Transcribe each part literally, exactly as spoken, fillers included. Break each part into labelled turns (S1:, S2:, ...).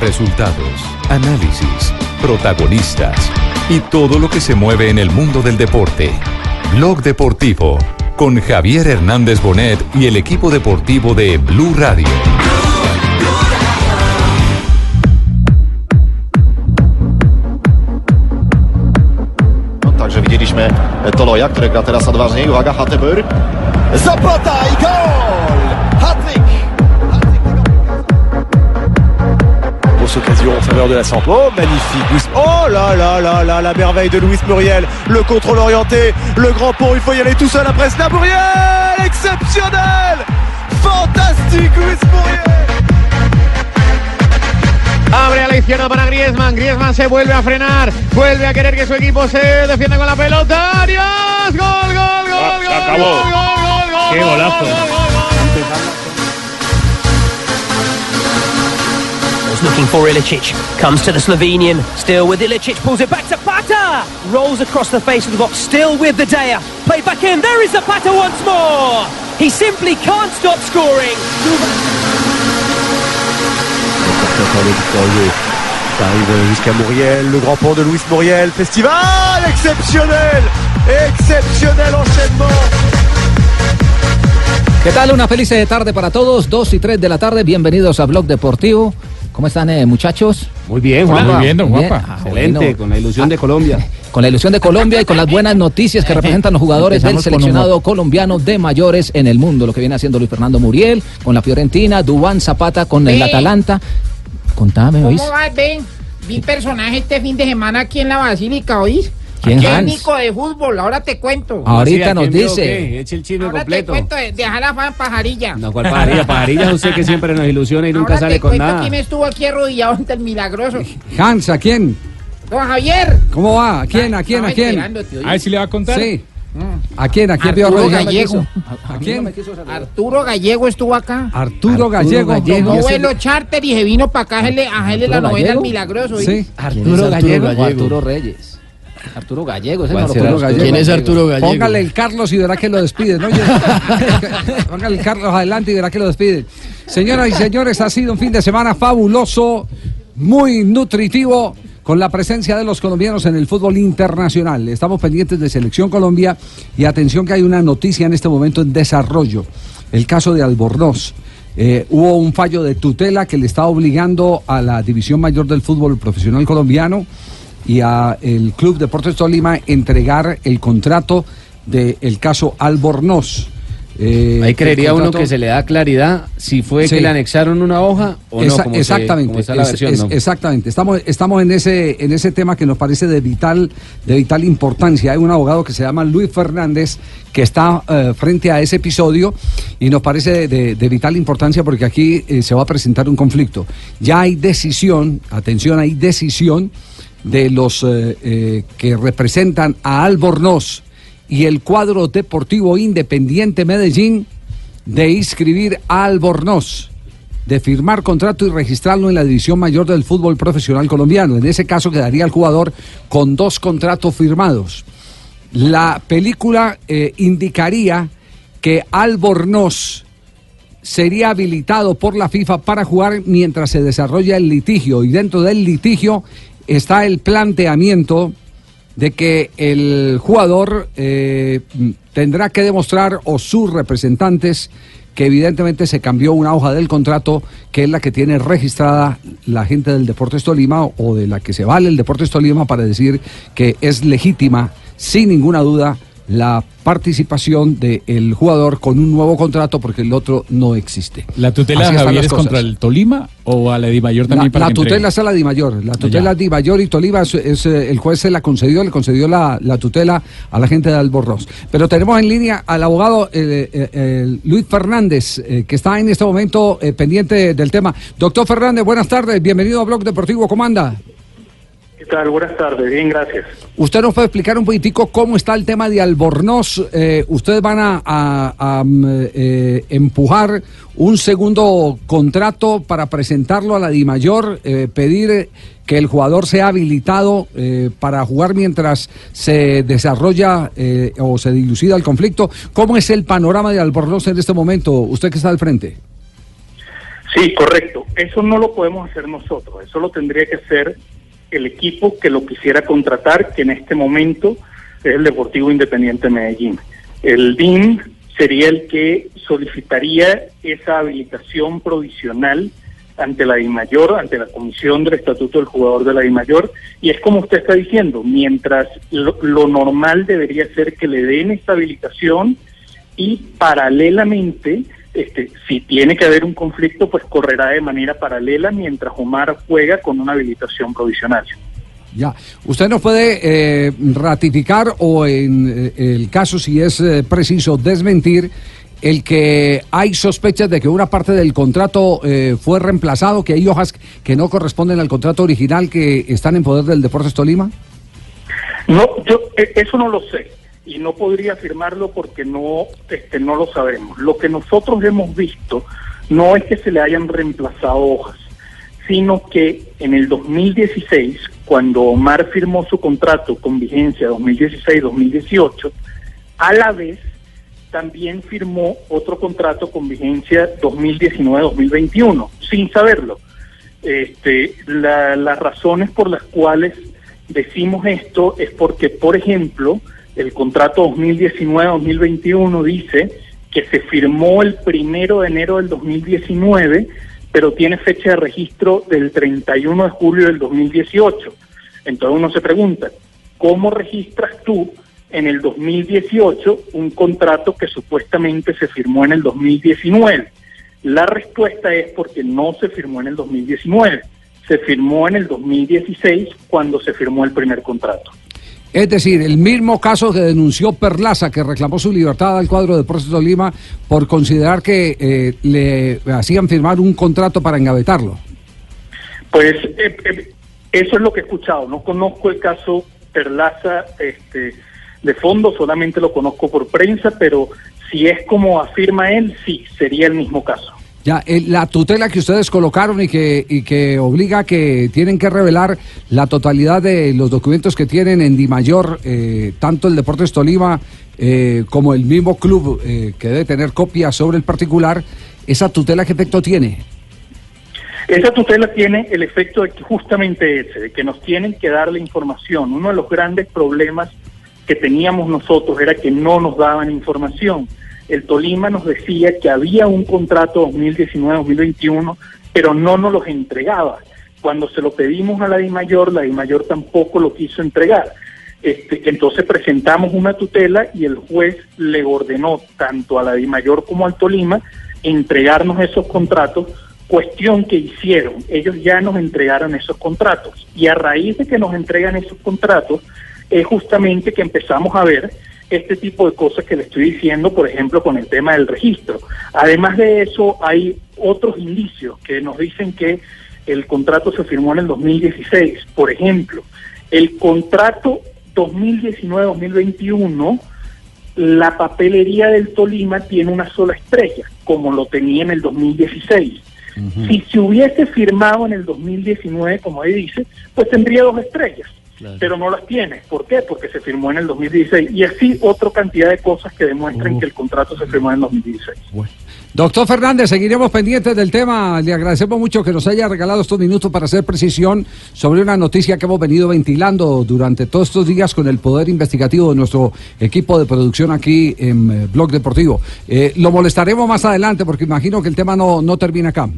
S1: Resultados, análisis, protagonistas y todo lo que se mueve en el mundo del deporte. Blog Deportivo con Javier Hernández Bonet y el equipo deportivo de Blue Radio.
S2: Takže widzieliśmy Toloja, który gra teraz odważniej. Uwaga, Hatebur. Zapata i gol! Hat-trick! Grosse occasion en faveur de la Samp. Oh, magnifique. Luis... Oh là là là là, la merveille de Luis Muriel. Le contrôle orienté, le grand pont, il faut y aller tout seul après cela. Muriel! Exceptionnel! Fantastique, Luis Muriel!
S3: Abre a la izquierda para Griezmann. Griezmann se vuelve a frenar. Vuelve a querer que su equipo se defienda con la pelota. ¡Arias! ¡Gol, gol, gol,
S4: ah,
S3: gol,
S4: acabó.
S3: gol, gol, gol, gol!
S4: ¡Qué golazo!
S3: Gol, gol, gol,
S5: Was looking for Ilicic. Comes to the Slovenian. Still with Ilicic. Pulls it back to Pata. Rolls across the face of the box. Still with the Dea. Played back in. There is Zapata once more. He simply can't stop scoring.
S2: Arrive jusqu'à Muriel, le grand pont de Luis Muriel, festival exceptionnel, exceptionnel enchaînement.
S6: ¿Qué tal? Una feliz tarde para todos, dos y tres de la tarde, bienvenidos a Blog Deportivo. ¿Cómo están, eh, muchachos?
S4: Muy bien, Juanpa.
S6: Muy
S4: bien, don
S6: Bien.
S4: Juanpa.
S6: Ah,
S4: Excelente,
S6: bueno.
S4: con la ilusión
S6: Ah,
S4: de Colombia.
S6: Con la ilusión de Colombia y con las buenas noticias que representan los jugadores del seleccionado colombiano de mayores en el mundo. Lo que viene haciendo Luis Fernando Muriel con la Fiorentina, Duván Zapata con el
S7: Ve.
S6: Atalanta. Contame, ¿oís?
S7: ¿Cómo vas, Ben? Vi personaje este fin de semana aquí en la Basílica, ¿oís?
S6: ¿Quién, Hans?
S7: Técnico de fútbol, ahora te cuento.
S6: Ahorita
S4: ¿A
S6: nos
S4: quién vio
S6: dice.
S4: qué? Eche el chisme
S7: Ahora
S4: completo.
S7: te cuento de dejar la fan pajarilla.
S4: No, ¿cuál pajarilla? Pajarilla es usted que siempre nos ilusiona y nunca
S7: Ahora
S4: sale
S7: te
S4: con
S7: cuento
S4: nada.
S7: quién estuvo aquí arrodillado ante el milagroso.
S8: Hans, ¿a quién?
S7: Don Javier.
S8: ¿Cómo va? ¿A quién? ¿A quién? ¿A
S7: Estaba
S8: quién?
S7: esperándote, ¿oís?
S4: si le va a contar.
S8: Sí. ¿A quién? ¿A quién vio
S7: Arturo
S8: arrodillado?
S7: Gallego.
S8: ¿A quién?
S7: Arturo Gallego estuvo acá.
S8: Arturo Gallego.
S7: Tomó
S8: ¿Y ese-
S7: vuelo charter y se vino para acá a hacerle, a hacerle la
S6: ¿Arturo
S7: novena al
S6: Gallego?
S7: milagroso, ¿oís?
S8: Sí.
S6: Arturo Gallego.
S4: Gallego?
S6: Arturo Reyes. Arturo Gallego, ese
S4: ¿Cuál
S6: no lo
S4: será?
S6: conozco.
S8: Gallego?
S4: ¿Quién es Arturo Gallego?
S8: Póngale el Carlos y verá que lo despiden. Oye, póngale el Carlos adelante y verá que lo despiden. Señoras y señores, ha sido un fin de semana fabuloso, muy nutritivo, con la presencia de los colombianos en el fútbol internacional. Estamos pendientes de Selección Colombia y atención que hay una noticia en este momento en desarrollo. El caso de Albornoz. Eh, hubo un fallo de tutela que le está obligando a la División Mayor del Fútbol Profesional Colombiano y a el Club Deportes Tolima entregar el contrato del caso Albornoz. Eh,
S4: Ahí creería
S8: el
S4: uno
S8: contrato-
S4: que se le da claridad si fue
S8: Sí.
S4: que le anexaron una hoja o
S8: Esa-
S4: no. Como se-
S8: exactamente,
S4: como está la
S8: es-
S4: versión,
S8: es-
S4: ¿no?
S8: exactamente. Estamos, estamos en ese, en ese tema que nos parece de vital, de vital importancia. Hay un abogado que se llama Luis Fernández que está eh, frente a ese episodio y nos parece de, de- de vital importancia porque aquí eh, se va a presentar un conflicto. Ya hay decisión, atención, hay decisión de los eh, eh, que representan a Albornoz y el cuadro deportivo Independiente Medellín de inscribir a Albornoz, de firmar contrato y registrarlo en la división mayor del fútbol profesional colombiano. En ese caso quedaría el jugador con dos contratos firmados. La película eh, indicaría que Albornoz sería habilitado por la FIFA para jugar mientras se desarrolla el litigio, y dentro del litigio está el planteamiento de que el jugador eh, tendrá que demostrar, o sus representantes, que evidentemente se cambió una hoja del contrato que es la que tiene registrada la gente del Deportes Tolima, o de la que se vale el Deportes Tolima para decir que es legítima, sin ninguna duda, la participación del jugador con un nuevo contrato, porque el otro no existe.
S9: ¿La tutela,
S8: Así están
S9: Javier,
S8: las
S9: es
S8: cosas.
S9: contra el Tolima o a la Dimayor
S8: La,
S9: también para
S8: la
S9: que entregue?
S8: tutela es a la Dimayor, la tutela
S9: Ya.
S8: es Dimayor y Tolima, es, es, eh, el juez se la concedió, le concedió la, la tutela a la gente de Albornoz. Pero tenemos en línea al abogado eh, eh, eh, Luis Fernández, eh, que está en este momento eh, pendiente del tema. Doctor Fernández, buenas tardes, bienvenido a Blog Deportivo, ¿cómo anda?
S10: ¿Qué tal? Buenas tardes, bien, gracias.
S8: ¿Usted nos puede explicar un poquitico cómo está el tema de Albornoz? Eh, ¿Ustedes van a, a- a, mm, eh, empujar un segundo contrato para presentarlo a la Dimayor, eh, pedir que el jugador sea habilitado eh, para jugar mientras se desarrolla eh, o se dilucida el conflicto? ¿Cómo es el panorama de Albornoz en este momento, usted que está al frente?
S10: Sí, correcto. Eso no lo podemos hacer nosotros. Eso lo tendría que hacer el equipo que lo quisiera contratar, que en este momento es el Deportivo Independiente Medellín. El D I N sería el que solicitaría esa habilitación provisional ante la DIMAYOR, ante la Comisión del Estatuto del Jugador de la DIMAYOR, y es como usted está diciendo, mientras lo, lo normal debería ser que le den esta habilitación y paralelamente, este, si tiene que haber un conflicto, pues correrá de manera paralela mientras Omar juega con una habilitación provisional.
S8: Ya, ¿usted nos puede eh, ratificar o en eh, el caso, si es eh, preciso, desmentir el que hay sospechas de que una parte del contrato eh, fue reemplazado, que hay hojas que no corresponden al contrato original que están en poder del Deportes Tolima?
S10: No, yo eso no lo sé y no podría afirmarlo porque no, este, no lo sabemos. Lo que nosotros hemos visto no es que se le hayan reemplazado hojas, sino que en el dos mil dieciséis, cuando Omar firmó su contrato con vigencia dos mil dieciséis dos mil dieciocho, a la vez también firmó otro contrato con vigencia dos mil diecinueve dos mil veintiuno, sin saberlo. Este, la, las razones por las cuales decimos esto es porque, por ejemplo, el contrato dos mil diecinueve dos mil veintiuno dice que se firmó el primero de enero del dos mil diecinueve, pero tiene fecha de registro del treinta y uno de julio del dos mil dieciocho. Entonces uno se pregunta, ¿cómo registras tú en el dos mil dieciocho un contrato que supuestamente se firmó en el dos mil diecinueve? La respuesta es porque no se firmó en el dos mil diecinueve, se firmó en el dos mil dieciséis cuando se firmó el primer contrato.
S8: Es decir, el mismo caso que denunció Perlaza, que reclamó su libertad al cuadro de Deportes Tolima por considerar que eh, le hacían firmar un contrato para engavetarlo.
S10: Pues eh, eh, eso es lo que he escuchado. No conozco el caso Perlaza este, de fondo, solamente lo conozco por prensa, pero si es como afirma él, sí, sería el mismo caso.
S8: Ya, eh, la tutela que ustedes colocaron y que y que obliga a que tienen que revelar la totalidad de los documentos que tienen en DIMAYOR, eh, tanto el Deportes Tolima eh, como el mismo club eh, que debe tener copias sobre el particular, ¿esa tutela qué efecto tiene?
S10: Esa tutela tiene el efecto de que justamente ese, de que nos tienen que dar la información. Uno de los grandes problemas que teníamos nosotros era que no nos daban información. El Tolima nos decía que había un contrato dos mil diecinueve dos mil veintiuno, pero no nos los entregaba. Cuando se lo pedimos a la DIMAYOR, la DIMAYOR tampoco lo quiso entregar. Este, entonces presentamos una tutela y el juez le ordenó tanto a la DIMAYOR como al Tolima entregarnos esos contratos, cuestión que hicieron. Ellos ya nos entregaron esos contratos y a raíz de que nos entregan esos contratos es justamente que empezamos a ver este tipo de cosas que le estoy diciendo, por ejemplo, con el tema del registro. Además de eso, hay otros indicios que nos dicen que el contrato se firmó en el dos mil dieciséis. Por ejemplo, el contrato dos mil diecinueve dos mil veintiuno, la papelería del Tolima tiene una sola estrella, como lo tenía en el dos mil dieciséis. Uh-huh. Si se hubiese firmado en el dos mil diecinueve, como ahí dice, pues tendría dos estrellas. Claro. Pero no las tiene. ¿Por qué? Porque se firmó en el dos mil dieciséis. Y así otra cantidad de cosas que demuestran uh. que el contrato se firmó en el dos mil dieciséis.
S8: Bueno. Doctor Fernández, seguiremos pendientes del tema. Le agradecemos mucho que nos haya regalado estos minutos para hacer precisión sobre una noticia que hemos venido ventilando durante todos estos días con el poder investigativo de nuestro equipo de producción aquí en eh, Blog Deportivo. Eh, lo molestaremos más adelante porque imagino que el tema no, no termina acá.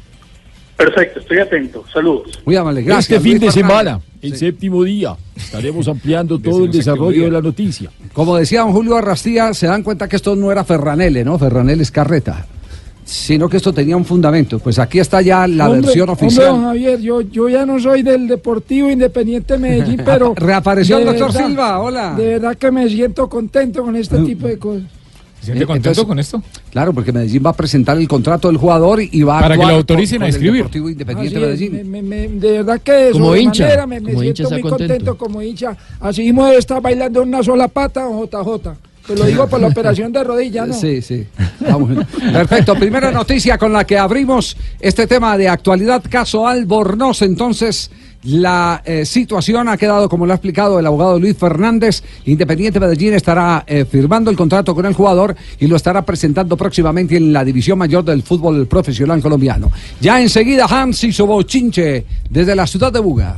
S10: Perfecto, estoy atento. Saludos.
S8: Muy amable, gracias.
S9: Este fin
S8: Luis
S9: de
S8: Fernández.
S9: semana, el sí. séptimo día, estaremos ampliando todo el desarrollo de la noticia.
S8: Como decía don Julio Arrastía, se dan cuenta que esto no era Ferranelle, ¿no? Ferranelle es carreta, sino que esto tenía un fundamento. Pues aquí está ya la
S11: hombre,
S8: versión oficial.
S11: Hombre, don Javier, yo, yo ya no soy del Deportivo Independiente Medellín, pero...
S8: Reapareció el doctor
S11: verdad,
S8: Silva, hola.
S11: De verdad que me siento contento con este tipo de cosas.
S9: ¿Se siente contento Entonces, con esto?
S8: Claro, porque Medellín va a presentar el contrato del jugador y va a
S9: para
S8: actuar
S9: que lo autoricen
S8: con,
S9: a
S8: con
S9: escribir.
S8: El Deportivo Independiente
S11: Así
S8: Medellín.
S11: Es, me, me, de verdad que de
S12: como hincha,
S11: manera me, me
S12: como
S11: siento
S12: hincha
S11: muy
S12: contento.
S11: contento como hincha. Así mismo de estar bailando en una sola pata o J J. Te lo digo por la operación de rodilla, ¿no?
S8: Sí, sí. Vamos. Perfecto. Primera noticia con la que abrimos este tema de actualidad, caso Albornoz. Entonces, La eh, situación ha quedado como lo ha explicado el abogado Luis Fernández. Independiente Medellín estará eh, firmando el contrato con el jugador y lo estará presentando próximamente en la división mayor del fútbol profesional colombiano. Ya enseguida Hans hizo bochinche desde la ciudad de Buga.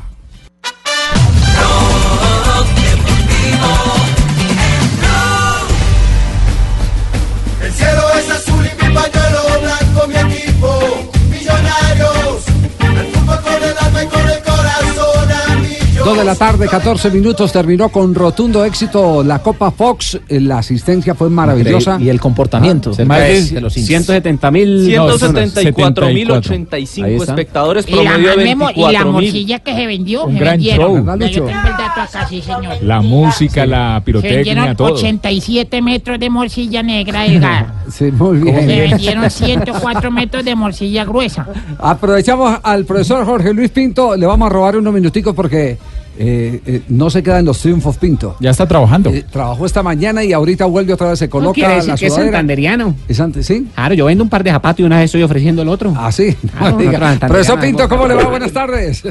S12: El cielo es azul y mi pañuelo blanco, mi equipo, Millonarios. El fútbol con el alma y con el corazón, amigos.
S8: Dos de la tarde, catorce minutos, terminó con rotundo éxito la Copa Fox. La asistencia fue maravillosa.
S6: Y el comportamiento.
S4: Ah, más de, de los ciento setenta mil.
S13: ciento setenta y cuatro mil ochenta y cinco espectadores, promedio de veinticuatro mil.
S7: Y la morcilla que se vendió,
S9: un
S7: se
S9: gran
S7: vendieron.
S9: show.
S7: No, yo tengo el dato acá, sí, señor.
S9: La música, la
S7: Se
S9: pirotecnia,
S7: vendieron
S9: todo.
S7: ochenta y siete metros de morcilla negra delgada.
S8: Sí, muy bien.
S7: Se vendieron ciento cuatro metros de morcilla gruesa.
S8: Aprovechamos al profesor Jorge Luis Pinto. Le vamos a robar unos minuticos porque eh, eh, no se queda en los triunfos Pinto.
S9: Ya está trabajando.
S8: Eh, trabajó esta mañana y ahorita vuelve otra vez, se coloca
S4: No quiere decir
S8: la
S4: que es
S8: sudadera.
S4: santanderiano.
S8: ¿Es ante- ¿Sí?
S4: Claro, yo vendo un par de zapatos y una vez estoy ofreciendo el otro.
S8: Ah, sí.
S4: Claro,
S8: No diga.
S4: nosotros santanderianos,
S8: Profesor Pinto, ¿cómo le va?
S4: hemos-
S8: Buenas tardes.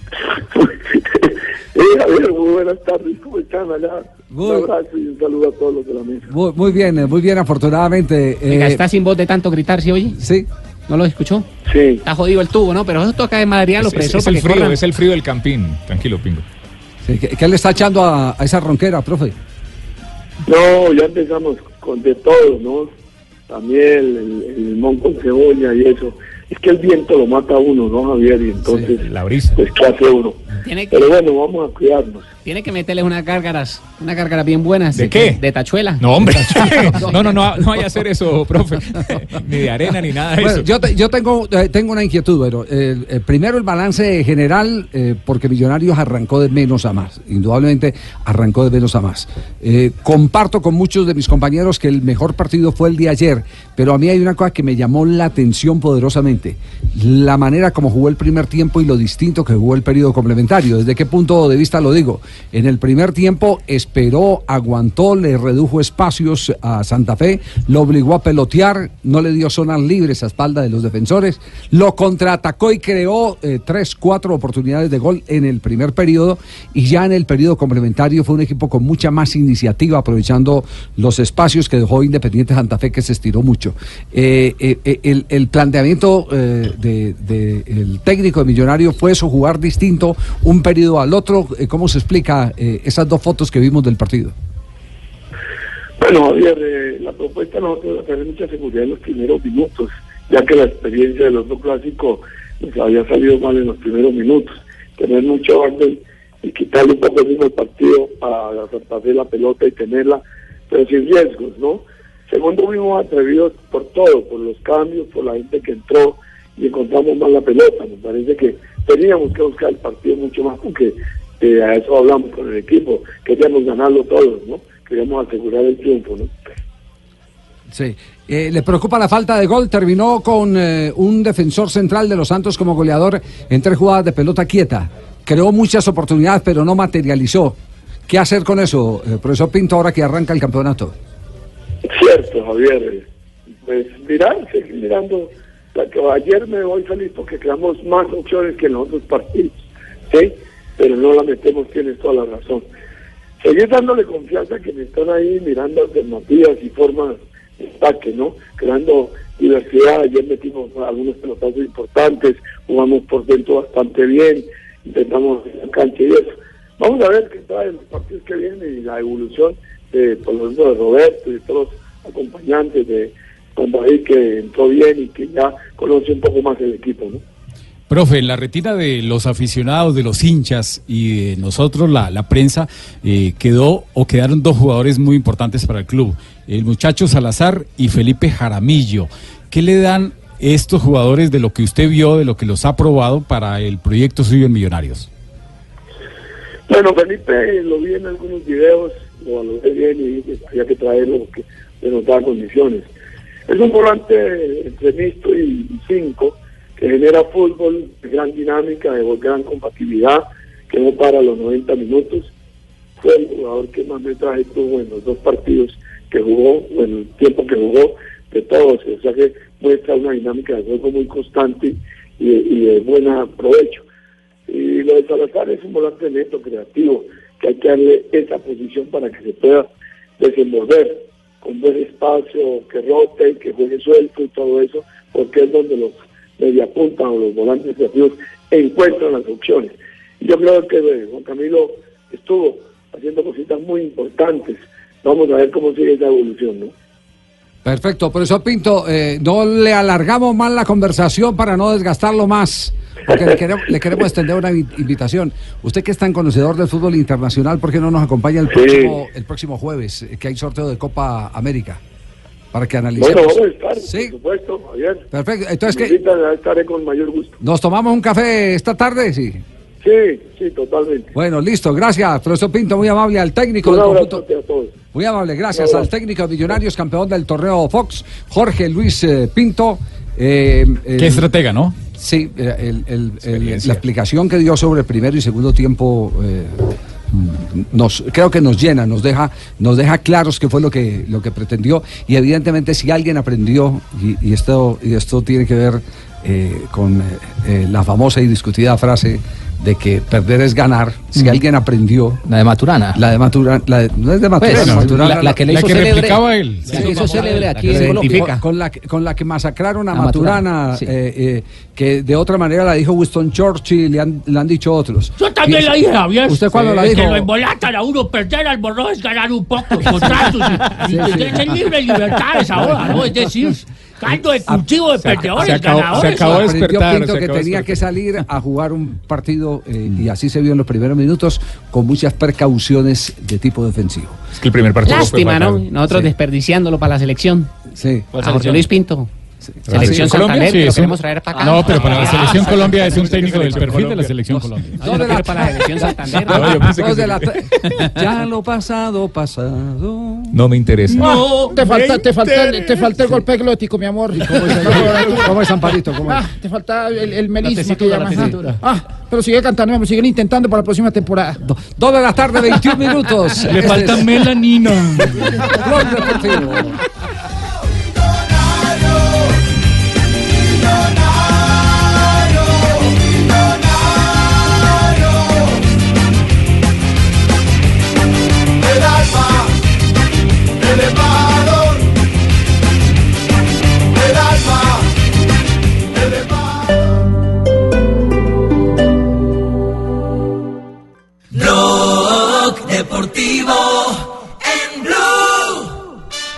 S14: Eh, Javier, muy buenas tardes, ¿cómo están allá?
S8: Muy-
S14: Un abrazo y un saludo a todos los de la mesa.
S8: Muy, muy bien, eh, muy bien, afortunadamente.
S4: Venga,
S8: eh,
S4: está sin voz de tanto gritar, ¿sí oye?
S8: Sí.
S4: ¿No lo escuchó?
S14: Sí.
S4: Está jodido el tubo, ¿no? Pero eso toca de Madrid a los
S9: Es, es-
S4: presos
S9: es
S4: para
S9: el
S4: que
S9: frío,
S4: corran.
S9: es el frío del campín. Tranquilo, Pingo.
S8: sí, ¿qué, qué le está echando a, a esa ronquera, profe?
S14: No, ya empezamos con de todo, ¿no? También el, el limón con cebolla y eso. Es que el viento lo mata a uno, ¿no, Javier? Y entonces,
S9: Sí, la brisa.
S14: pues, ¿qué hace uno?
S4: Tiene que,
S14: Pero bueno, vamos a cuidarnos.
S4: tiene que meterle unas gárgaras, unas gárgaras bien buenas.
S9: ¿De qué?
S4: De tachuela.
S9: No, hombre. No, no, no, no vaya a hacer eso, profe. Ni de arena ni nada de
S8: Bueno,
S9: eso.
S8: yo, te- yo tengo, eh, tengo una inquietud, pero eh, eh, primero el balance general, eh, porque Millonarios arrancó de menos a más, indudablemente arrancó de menos a más. Eh, comparto con muchos de mis compañeros que el mejor partido fue el de ayer, pero a mí hay una cosa que me llamó la atención poderosamente, la manera como jugó el primer tiempo y lo distinto que jugó el periodo complementario. ¿Desde qué punto de vista lo digo? En el primer tiempo esperó, aguantó, le redujo espacios a Santa Fe, lo obligó a pelotear, no le dio zonas libres a espalda de los defensores, lo contraatacó y creó eh, tres, cuatro oportunidades de gol en el primer periodo, y ya en el periodo complementario fue un equipo con mucha más iniciativa, aprovechando los espacios que dejó Independiente Santa Fe, que se estiró mucho. Eh, eh, eh, el, el planteamiento eh, de, de el técnico de Millonario fue eso, jugar distinto, un periodo al otro. Eh, ¿Cómo se explica eh, esas dos fotos que vimos del partido?
S14: Bueno, Javier, eh, la propuesta nosotros es tener mucha seguridad en los primeros minutos, ya que la experiencia del otro clásico nos había salido mal en los primeros minutos. Tener mucho orden y quitarle un poco el ritmo al partido para pasar la pelota y tenerla, pero sin riesgos, ¿no? Segundo, fuimos atrevidos por todo, por los cambios, por la gente que entró y encontramos mal la pelota. Me parece que teníamos que buscar el partido mucho más, porque eh, a eso hablamos con el equipo, queríamos ganarlo todos, ¿no? Queríamos asegurar el triunfo, ¿no?
S8: Sí. Eh, ¿Le preocupa la falta de gol? Terminó con eh, un defensor central de los Santos como goleador en tres jugadas de pelota quieta. Creó muchas oportunidades, pero no materializó. ¿Qué hacer con eso, eh, profesor Pinto, ahora que arranca el campeonato?
S14: Cierto, Javier. Pues mirar, seguir mirando. La que ayer me voy feliz porque creamos más opciones que en los otros partidos, ¿sí? Pero no la metemos, tienes toda la razón. Seguir dándole confianza a quienes están ahí mirando alternativas y formas de ataque, ¿no? Creando diversidad. Ayer metimos algunos pelotazos importantes, jugamos por dentro bastante bien, intentamos la cancha y eso. Vamos a ver qué trae los partidos que vienen y la evolución de, por ejemplo, de Roberto y de todos los acompañantes de Juan David, que entró bien y que ya conoce un poco más el equipo, ¿no?
S9: Profe, en la retina de los aficionados, de los hinchas y de nosotros, la, la prensa, eh, quedó o quedaron dos jugadores muy importantes para el club, el muchacho Salazar y Felipe Jaramillo. ¿Qué le dan estos jugadores de lo que usted vio, de lo que los ha probado para el proyecto suyo en Millonarios?
S14: Bueno, Felipe lo vi en algunos videos, lo valoré bien y dije, había que traerlo porque le notaba condiciones. Es un volante entre mixto y cinco, que genera fútbol de gran dinámica, de gran compatibilidad, que no para los noventa minutos. Fue el jugador que más metraje tuvo en los dos partidos que jugó, en el tiempo que jugó, de todos. O sea que muestra una dinámica de juego muy constante y, y de buen provecho. Y lo de Salazar es un volante neto, creativo, que hay que darle esa posición para que se pueda desenvolver con buen espacio, que rote, que juegue suelto y todo eso, porque es donde los mediapuntas o los volantes creativos encuentran las opciones. Y yo creo que eh, Juan Camilo estuvo haciendo cositas muy importantes. Vamos a ver cómo sigue esa evolución, ¿no?
S8: Perfecto, por eso Pinto, eh, no le alargamos más la conversación para no desgastarlo más, porque le queremos, le queremos extender una invitación. Usted que es tan conocedor del fútbol internacional, ¿por qué no nos acompaña el próximo, el próximo jueves, que hay sorteo de Copa América? Para que analicemos.
S14: Bueno, vamos a estar,
S8: ¿sí?
S14: Por supuesto, Javier.
S8: Perfecto, entonces
S14: que estaré con mayor gusto.
S8: ¿Nos tomamos un café esta tarde? Sí.
S14: Sí, sí, totalmente.
S8: Bueno, listo, gracias, profesor Pinto, muy amable al técnico
S14: Un
S8: del
S14: abrazo
S8: conjunto.
S14: a todos.
S8: Muy amable, gracias al técnico de Millonarios, campeón del torneo Fox, Jorge Luis eh, Pinto. Eh,
S9: Qué el, estratega, ¿no?
S8: Sí, el, el, el, la explicación que dio sobre el primero y segundo tiempo eh, nos creo que nos llena, nos deja, nos deja claros qué fue lo que lo que pretendió, y evidentemente si alguien aprendió, y, y esto y esto tiene que ver eh, con eh, la famosa y discutida frase de que perder es ganar. Si mm. alguien aprendió,
S6: la de Maturana,
S8: la de Maturana, la de, no es de Maturana,
S6: pues, no,
S8: Maturana
S6: la, la que le hizo
S9: la que
S6: célebre,
S9: replicaba él,
S6: la que hizo célebre aquí
S8: en
S6: Colombia,
S8: con, con la con la que masacraron a, a
S6: Maturana,
S8: Maturana,
S6: sí.
S8: eh, eh, que de otra manera la dijo Winston Churchill, le han, le han dicho otros.
S7: Yo también
S8: ¿Y,
S7: la dije, Javier.
S8: ¿Usted cuándo
S7: sí,
S8: la dijo?
S7: Que lo embolatan a uno, perder al borrón es ganar un poco, contratos, y, y, sí, sí. Ser libre y libertades ahora, ¿no? Es decir, caldo de cultivo de perdedores,
S9: se acabó,
S7: ganadores.
S9: Se acabó de despertar.
S8: Pinto que tenía que salir a jugar un partido eh, y así se vio en los primeros minutos con muchas precauciones de tipo defensivo.
S9: Es que el primer partido
S4: Lástima,
S9: fue
S4: ¿no? Nosotros sí. desperdiciándolo para la selección.
S8: Sí.
S4: A Jorge Luis Pinto.
S8: Sí.
S4: Selección
S9: ¿Sí?
S4: Santander,
S9: Sí,
S4: que lo
S9: es un...
S4: queremos traer para acá.
S9: No, pero para la selección Colombia es un técnico del perfil de la selección Colombia.
S4: No, no, no, para la selección Santander.
S9: No, yo pensé que
S8: de la ya lo pasado, pasado.
S9: No me interesa.
S11: No, te falta, te falta, te falta el golpe glótico, mi amor.
S8: ¿Cómo es, ¿Cómo es Amparito? ¿Cómo es?
S11: Ah, te falta el, el melisma que llaman. Ah, pero sigue cantando, me siguen intentando para la próxima temporada.
S8: Do, dos de la tarde, veintiún minutos.
S9: Le este falta es... melanina.
S8: Blog Deportivo.
S12: Elevador, el alma, elevador. Blog Deportivo en Blue.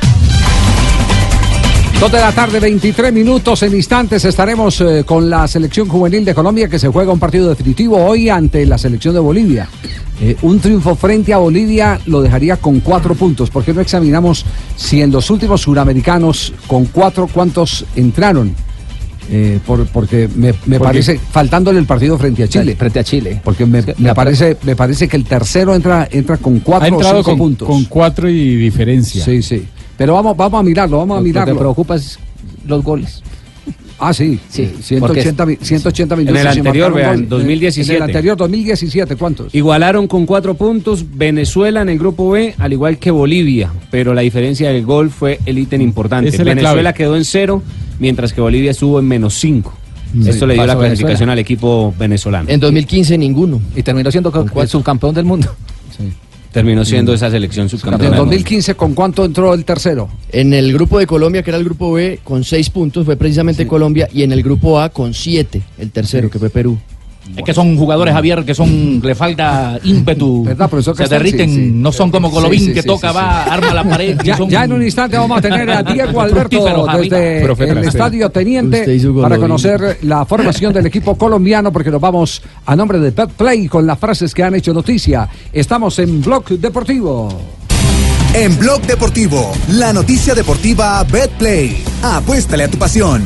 S8: Dos de la tarde, veintitrés minutos. En instantes estaremos eh, con la selección juvenil de Colombia, que se juega un partido definitivo hoy ante la selección de Bolivia. Eh, un triunfo frente a Bolivia lo dejaría con cuatro puntos. ¿Por qué no examinamos si en los últimos suramericanos con cuatro cuántos entraron? Eh, por, porque me, me
S6: ¿Por
S8: parece, faltándole el partido frente a Chile.
S6: Frente a Chile.
S8: Porque me, me parece me parece que el tercero entra entra con cuatro
S9: ha entrado
S8: o cinco
S9: con,
S8: puntos.
S9: Con cuatro y diferencia.
S8: Sí, sí. Pero vamos, vamos a mirarlo, vamos a mirarlo.
S6: Lo que preocupa es los goles.
S8: Ah, sí,
S6: sí
S8: ciento ochenta, ciento ochenta minutos.
S15: En el anterior, vean, dos mil diecisiete.
S8: En el anterior, dos mil diecisiete, ¿cuántos?
S15: Igualaron con cuatro puntos Venezuela en el grupo B, al igual que Bolivia, pero la diferencia del gol fue el ítem importante. Venezuela quedó en cero, mientras que Bolivia estuvo en menos cinco. Sí, esto le dio la clasificación Venezuela al equipo venezolano.
S6: En dos mil quince ninguno. Y terminó siendo el subcampeón del mundo.
S15: Sí. Terminó siendo esa selección subcampeona.
S8: En dos mil quince, ¿con cuánto entró el tercero?
S16: En el grupo de Colombia, que era el grupo B, con seis puntos, fue precisamente sí. Colombia, y en el grupo A con siete, el tercero, sí. que fue Perú.
S17: Es que son jugadores, Javier, que son le falta ímpetu,
S8: ¿verdad? Por eso que
S17: se
S8: están,
S17: derriten,
S8: sí, sí.
S17: no son como Golovin, sí, sí,
S8: que
S17: sí, toca, sí, va, sí. arma la pared.
S8: Ya,
S17: son...
S8: ya en un instante vamos a tener a Diego Alberto desde el Estadio Teniente para conocer la formación del equipo colombiano, porque nos vamos a nombre de Betplay con las frases que han hecho noticia. Estamos en Blog Deportivo.
S18: En Blog Deportivo, la noticia deportiva Betplay. Apuéstale a tu pasión.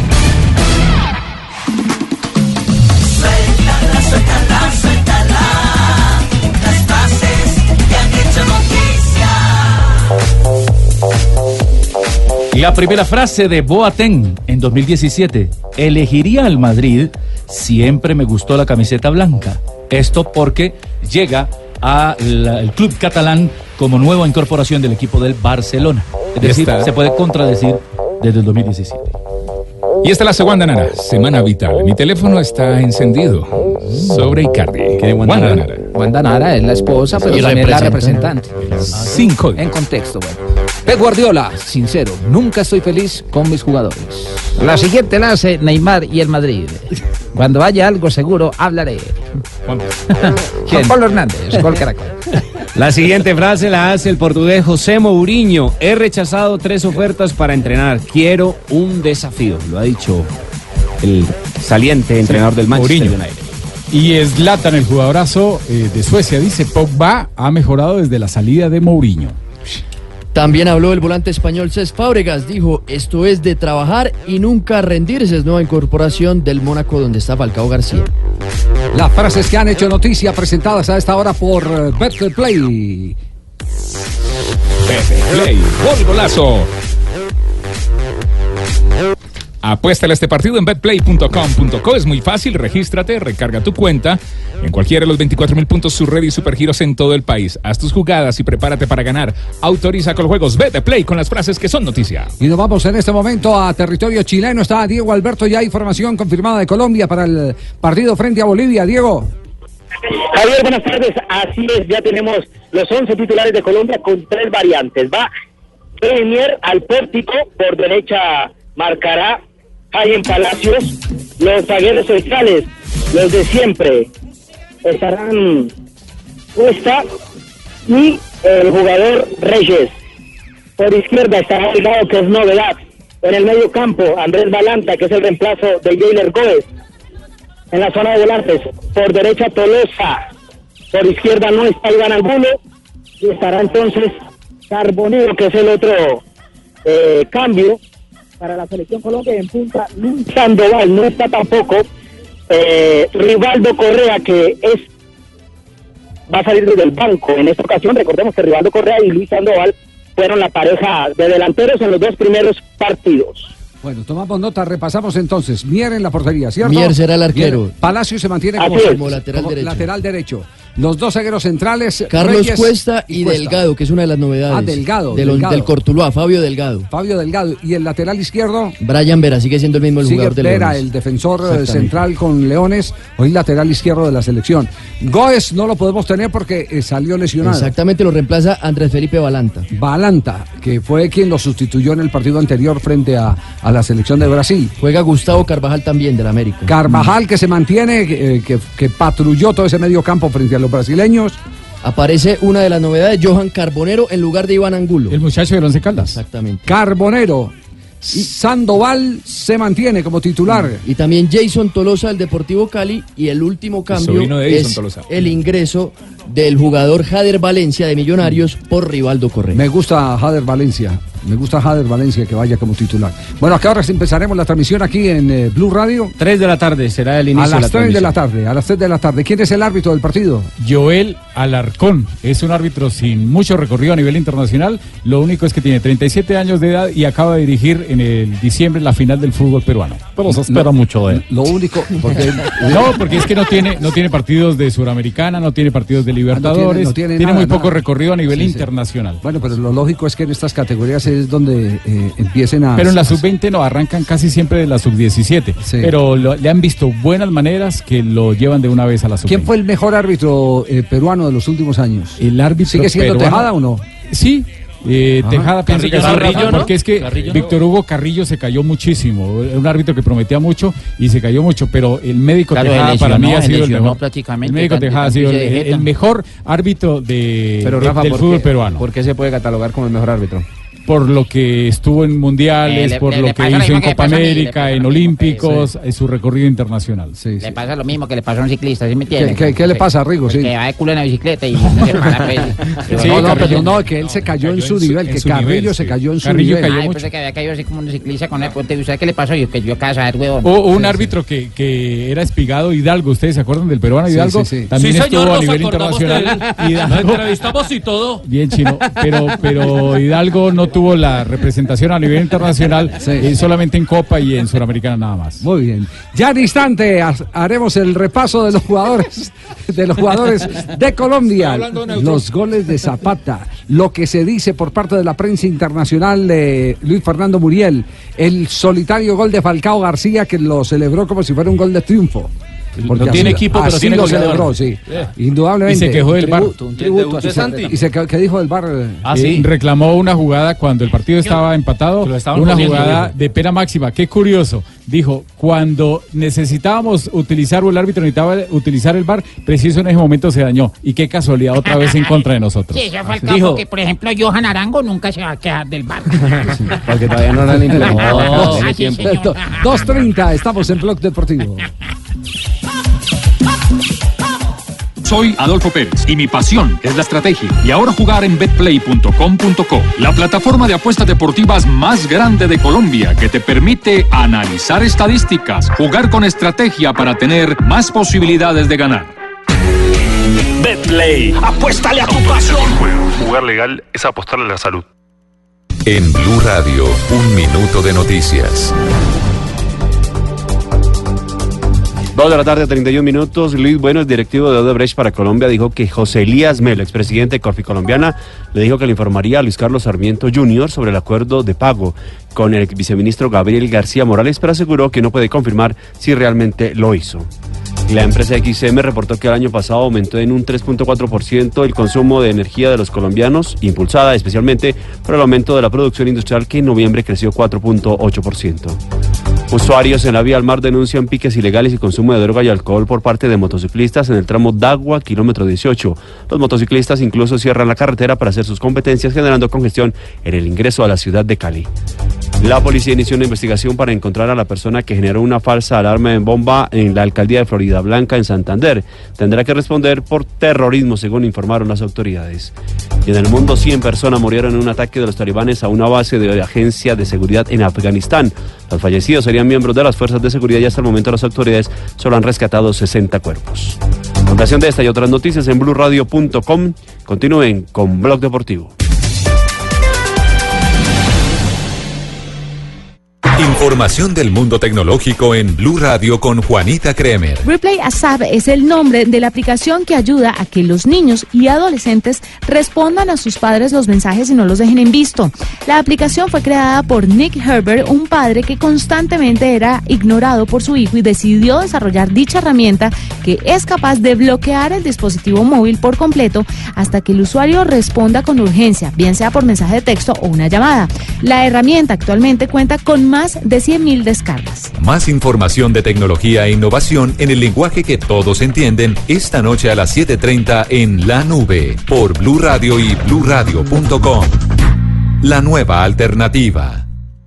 S12: Suéltala, suéltala, las frases que han hecho noticia.
S17: La primera frase de Boateng en dos mil diecisiete: elegiría al Madrid, siempre me gustó la camiseta blanca. Esto porque llega al club catalán como nueva incorporación del equipo del Barcelona. Es decir, se puede contradecir desde el dos mil diecisiete.
S19: Y esta es la segunda Nara, Semana Vital. Mi teléfono está encendido. Sobre Icardi.
S6: Wanda Nara. Wanda Nara es la esposa, pero
S16: Y
S6: también la
S16: representante.
S6: representante.
S19: Cinco.
S6: En contexto, bueno. Pep Guardiola, sincero, nunca estoy feliz con mis jugadores.
S20: La siguiente la hace Neymar y el Madrid. Cuando haya algo seguro, hablaré. Juan Pablo Hernández, Gol Caracol.
S15: La siguiente frase la hace el portugués José Mourinho. He rechazado tres ofertas para entrenar. Quiero un desafío. Lo ha dicho el saliente entrenador del Manchester
S9: Mourinho.
S15: United.
S9: Y Zlatan, el jugadorazo eh, de Suecia, dice: Pogba ha mejorado desde la salida de Mourinho.
S16: También habló el volante español Cesc Fábregas, dijo, esto es de trabajar y nunca rendirse, es nueva incorporación del Mónaco donde está Falcao García.
S8: Las frases que han hecho noticia presentadas a esta hora por uh, Betplay.
S19: Play, gol golazo. Apuéstale a este partido en betplay punto com punto co. Es muy fácil, regístrate, recarga tu cuenta en cualquiera de los veinticuatro mil puntos Surred y Supergiros en todo el país. Haz tus jugadas y prepárate para ganar. Autoriza con los juegos Betplay con las frases que son noticia.
S8: Y nos vamos en este momento a territorio chileno. Está Diego Alberto, ya hay información confirmada de Colombia para el partido frente a Bolivia. Diego.
S21: Javier, buenas tardes. Así es, ya tenemos los once titulares de Colombia con tres variantes. Va Premier al pórtico, por derecha marcará Jaime Palacios. Los zagueros centrales, los de siempre, estarán Cuesta y el jugador Reyes. Por izquierda estará Delgado, que es novedad. En el medio campo, Andrés Balanta, que es el reemplazo de Jailer Gómez. En la zona de volantes, por derecha Tolosa, por izquierda no está Iván Angulo, y estará entonces Carbonero, que es el otro eh, cambio para la selección Colombia. En punta Luis Sandoval, no está tampoco eh, Rivaldo Correa, que es va a salir desde el banco. En esta ocasión recordemos que Rivaldo Correa y Luis Sandoval fueron la pareja de delanteros en los dos primeros partidos.
S8: Bueno, tomamos nota, repasamos entonces. Mier en la portería, ¿cierto?
S16: Mier será el arquero.
S8: Mier. Palacio se mantiene como,
S16: como lateral,
S8: como
S16: derecho.
S8: lateral derecho. Los dos zagueros centrales,
S16: Carlos
S8: Reyes
S16: Cuesta y, y Cuesta. Delgado, que es una de las novedades.
S8: Ah, Delgado.
S16: Del,
S8: Delgado.
S16: del Cortuluá, Fabio Delgado.
S8: Fabio Delgado. Y el lateral izquierdo,
S16: Brian Vera, sigue siendo el mismo el
S8: sigue
S16: jugador de
S8: Vera,
S16: Leones.
S8: el defensor central con Leones, hoy lateral izquierdo de la selección. Gómez no lo podemos tener porque eh, salió lesionado.
S16: Exactamente, lo reemplaza Andrés Felipe Balanta.
S8: Balanta, que fue quien lo sustituyó en el partido anterior frente a, a la selección de Brasil.
S16: Juega Gustavo Carvajal también del América.
S8: Carvajal, que se mantiene, eh, que, que patrulló todo ese medio campo frente a los brasileños.
S16: Aparece una de las novedades, Johan Carbonero en lugar de Iván Angulo.
S9: El muchacho de Once Caldas.
S16: Exactamente.
S8: Carbonero. Y Sandoval se mantiene como titular.
S16: Y también Jason Tolosa del Deportivo Cali. Y el último cambio
S19: de
S16: es
S19: Tolosa.
S16: el ingreso del jugador Jader Valencia de Millonarios por Rivaldo Correa.
S8: Me gusta Jader Valencia. Me gusta Jader Valencia que vaya como titular. Bueno, acá ahora empezaremos la transmisión aquí en eh, Blue Radio.
S15: tres de la tarde será el inicio
S8: a
S15: de la
S8: las tres de la tarde, a las tres de la tarde. ¿Quién es el árbitro del partido?
S9: Joel Alarcón. Es un árbitro sin mucho recorrido a nivel internacional. Lo único es que tiene treinta y siete años de edad y acaba de dirigir en el diciembre la final del fútbol peruano.
S17: Pero se espera
S8: no,
S17: mucho de él.
S8: Lo único... Porque,
S9: no, porque es que no tiene, no tiene partidos de Suramericana, no tiene partidos de Libertadores. Ah, no tiene, no tiene, tiene nada, muy poco nada. recorrido a nivel sí, internacional.
S8: Sí. Bueno, pero lo lógico es que en estas categorías es donde... Eh, empiecen a...
S9: Pero en la sub veinte no, arrancan casi siempre de la sub diecisiete. Sí. Pero lo, le han visto buenas maneras que lo llevan de una vez a la sub veinte.
S8: ¿Quién fue el mejor árbitro eh, peruano de los últimos años?
S9: El árbitro
S8: ¿Sigue siendo
S9: peruano,
S8: Tejada o no?
S9: Sí. Eh, Tejada pienso que sí,
S17: Carrillo, ¿no?
S9: porque es que
S17: Carrillo,
S9: Víctor
S17: no.
S9: Hugo Carrillo se cayó muchísimo, un árbitro que prometía mucho y se cayó mucho, pero el médico
S20: claro,
S9: Tejada
S20: lesionó,
S9: para mí ha sido el mejor.
S20: El
S9: médico Tejada ha sido el, el mejor árbitro de,
S15: pero,
S9: de,
S15: Rafa,
S9: del
S15: ¿por
S9: fútbol
S15: qué,
S9: peruano.
S15: ¿Por qué se puede catalogar como el mejor árbitro?
S9: Por lo que estuvo en mundiales,
S20: eh, le,
S9: por
S20: le,
S9: lo
S20: le
S9: que hizo en Copa América, en Olímpicos, en su recorrido internacional.
S20: Sí, sí. Le pasa lo mismo que le pasó a un ciclista, ¿sí me entiende?
S8: ¿Qué, qué, qué le pasa a Rigo?
S20: Pues
S8: sí.
S20: Que va de culo en la bicicleta y no se para, pues.
S8: Sí, no, no, pero no, que él se cayó en su nivel, que Carrillo se cayó en su nivel.
S20: Ay, pues que había caído así como un ciclista con el puente. ¿Usted qué le pasó? Yo que yo acá saber, huevón.
S9: O un árbitro que, que era Espigado, Hidalgo, ¿ustedes se acuerdan del peruano Hidalgo?
S17: Sí, sí, sí.
S9: También
S17: sí,
S9: estuvo
S17: señor,
S9: a nivel internacional.
S17: Hidalgo. Lo entrevistamos y todo.
S9: Bien chino, pero, pero Hidalgo no tuvo la representación a nivel internacional, sí. eh, solamente en Copa y en Suramericana nada más.
S8: Muy bien. Ya en instante ha- haremos el repaso de los jugadores de los jugadores de Colombia. Los goles de Zapata, lo que se dice por parte de la prensa internacional de Luis Fernando Muriel, el solitario gol de Falcao García que lo celebró como si fuera un gol de triunfo.
S9: Porque no tiene
S8: así,
S9: equipo, pero
S8: así
S9: tiene
S8: lo
S9: goleador.
S8: celebró, sí.
S9: Eh.
S8: Indudablemente.
S9: Y se quejó del V A R.
S8: Un tributo, un tributo a Santi. ¿Y se, qué dijo del V A R?
S9: Ah, sí. Reclamó una jugada cuando el partido estaba empatado, una
S17: jodiendo,
S9: jugada
S17: dijo.
S9: de pena máxima. Qué curioso. Dijo, cuando necesitábamos utilizar o el árbitro necesitaba utilizar el V A R, preciso en ese momento se dañó. Y qué casualidad, otra vez en contra de nosotros.
S7: Sí, eso fue el caso que, por ejemplo, Johan Arango nunca se va a quejar del V A R.
S15: Porque todavía no lo han implementado.
S8: No,
S7: Ah, sí, señor.
S8: dos treinta, estamos en Blog Deportivo.
S1: Soy Adolfo Pérez y mi pasión es la estrategia. Y ahora jugar en betplay punto com punto co, la plataforma de apuestas deportivas más grande de Colombia, que te permite analizar estadísticas, jugar con estrategia para tener más posibilidades de ganar.
S12: Betplay, apuéstale a tu pasión.
S22: Jugar legal es apostarle a la salud.
S23: En Blue Radio, un minuto de noticias.
S24: Dos de la tarde, treinta y un minutos. Luis Bueno, el directivo de Odebrecht para Colombia, dijo que José Elías Melo, expresidente de Corfi Colombiana, le dijo que le informaría a Luis Carlos Sarmiento junior sobre el acuerdo de pago con el viceministro Gabriel García Morales, pero aseguró que no puede confirmar si realmente lo hizo. La empresa X M reportó que el año pasado aumentó en un tres punto cuatro por ciento el consumo de energía de los colombianos, impulsada especialmente por el aumento de la producción industrial, que en noviembre creció cuatro punto ocho por ciento. Usuarios en la vía al mar denuncian piques ilegales y consumo de droga y alcohol por parte de motociclistas en el tramo Dagua, kilómetro dieciocho. Los motociclistas incluso cierran la carretera para hacer sus competencias, generando congestión en el ingreso a la ciudad de Cali. La policía inició una investigación para encontrar a la persona que generó una falsa alarma en bomba en la alcaldía de Florida Blanca, en Santander. Tendrá que responder por terrorismo, según informaron las autoridades. Y en el mundo, cien personas murieron en un ataque de los talibanes a una base de la agencia de seguridad en Afganistán. Los fallecidos serían miembros de las fuerzas de seguridad y hasta el momento las autoridades solo han rescatado sesenta cuerpos. A ocasión de esta y otras noticias en blue radio punto com. Continúen con Blog Deportivo.
S23: Información del mundo tecnológico en Blue Radio con Juanita Kremer.
S25: Replay A S A P es el nombre de la aplicación que ayuda a que los niños y adolescentes respondan a sus padres los mensajes y no los dejen en visto. La aplicación fue creada por Nick Herbert, un padre que constantemente era ignorado por su hijo y decidió desarrollar dicha herramienta, que es capaz de bloquear el dispositivo móvil por completo hasta que el usuario responda con urgencia, bien sea por mensaje de texto o una llamada. La herramienta actualmente cuenta con más de cien mil descargas.
S23: Más información de tecnología e innovación en el lenguaje que todos entienden esta noche a las siete treinta en La Nube por Blue Radio y blue radio punto com. La nueva alternativa.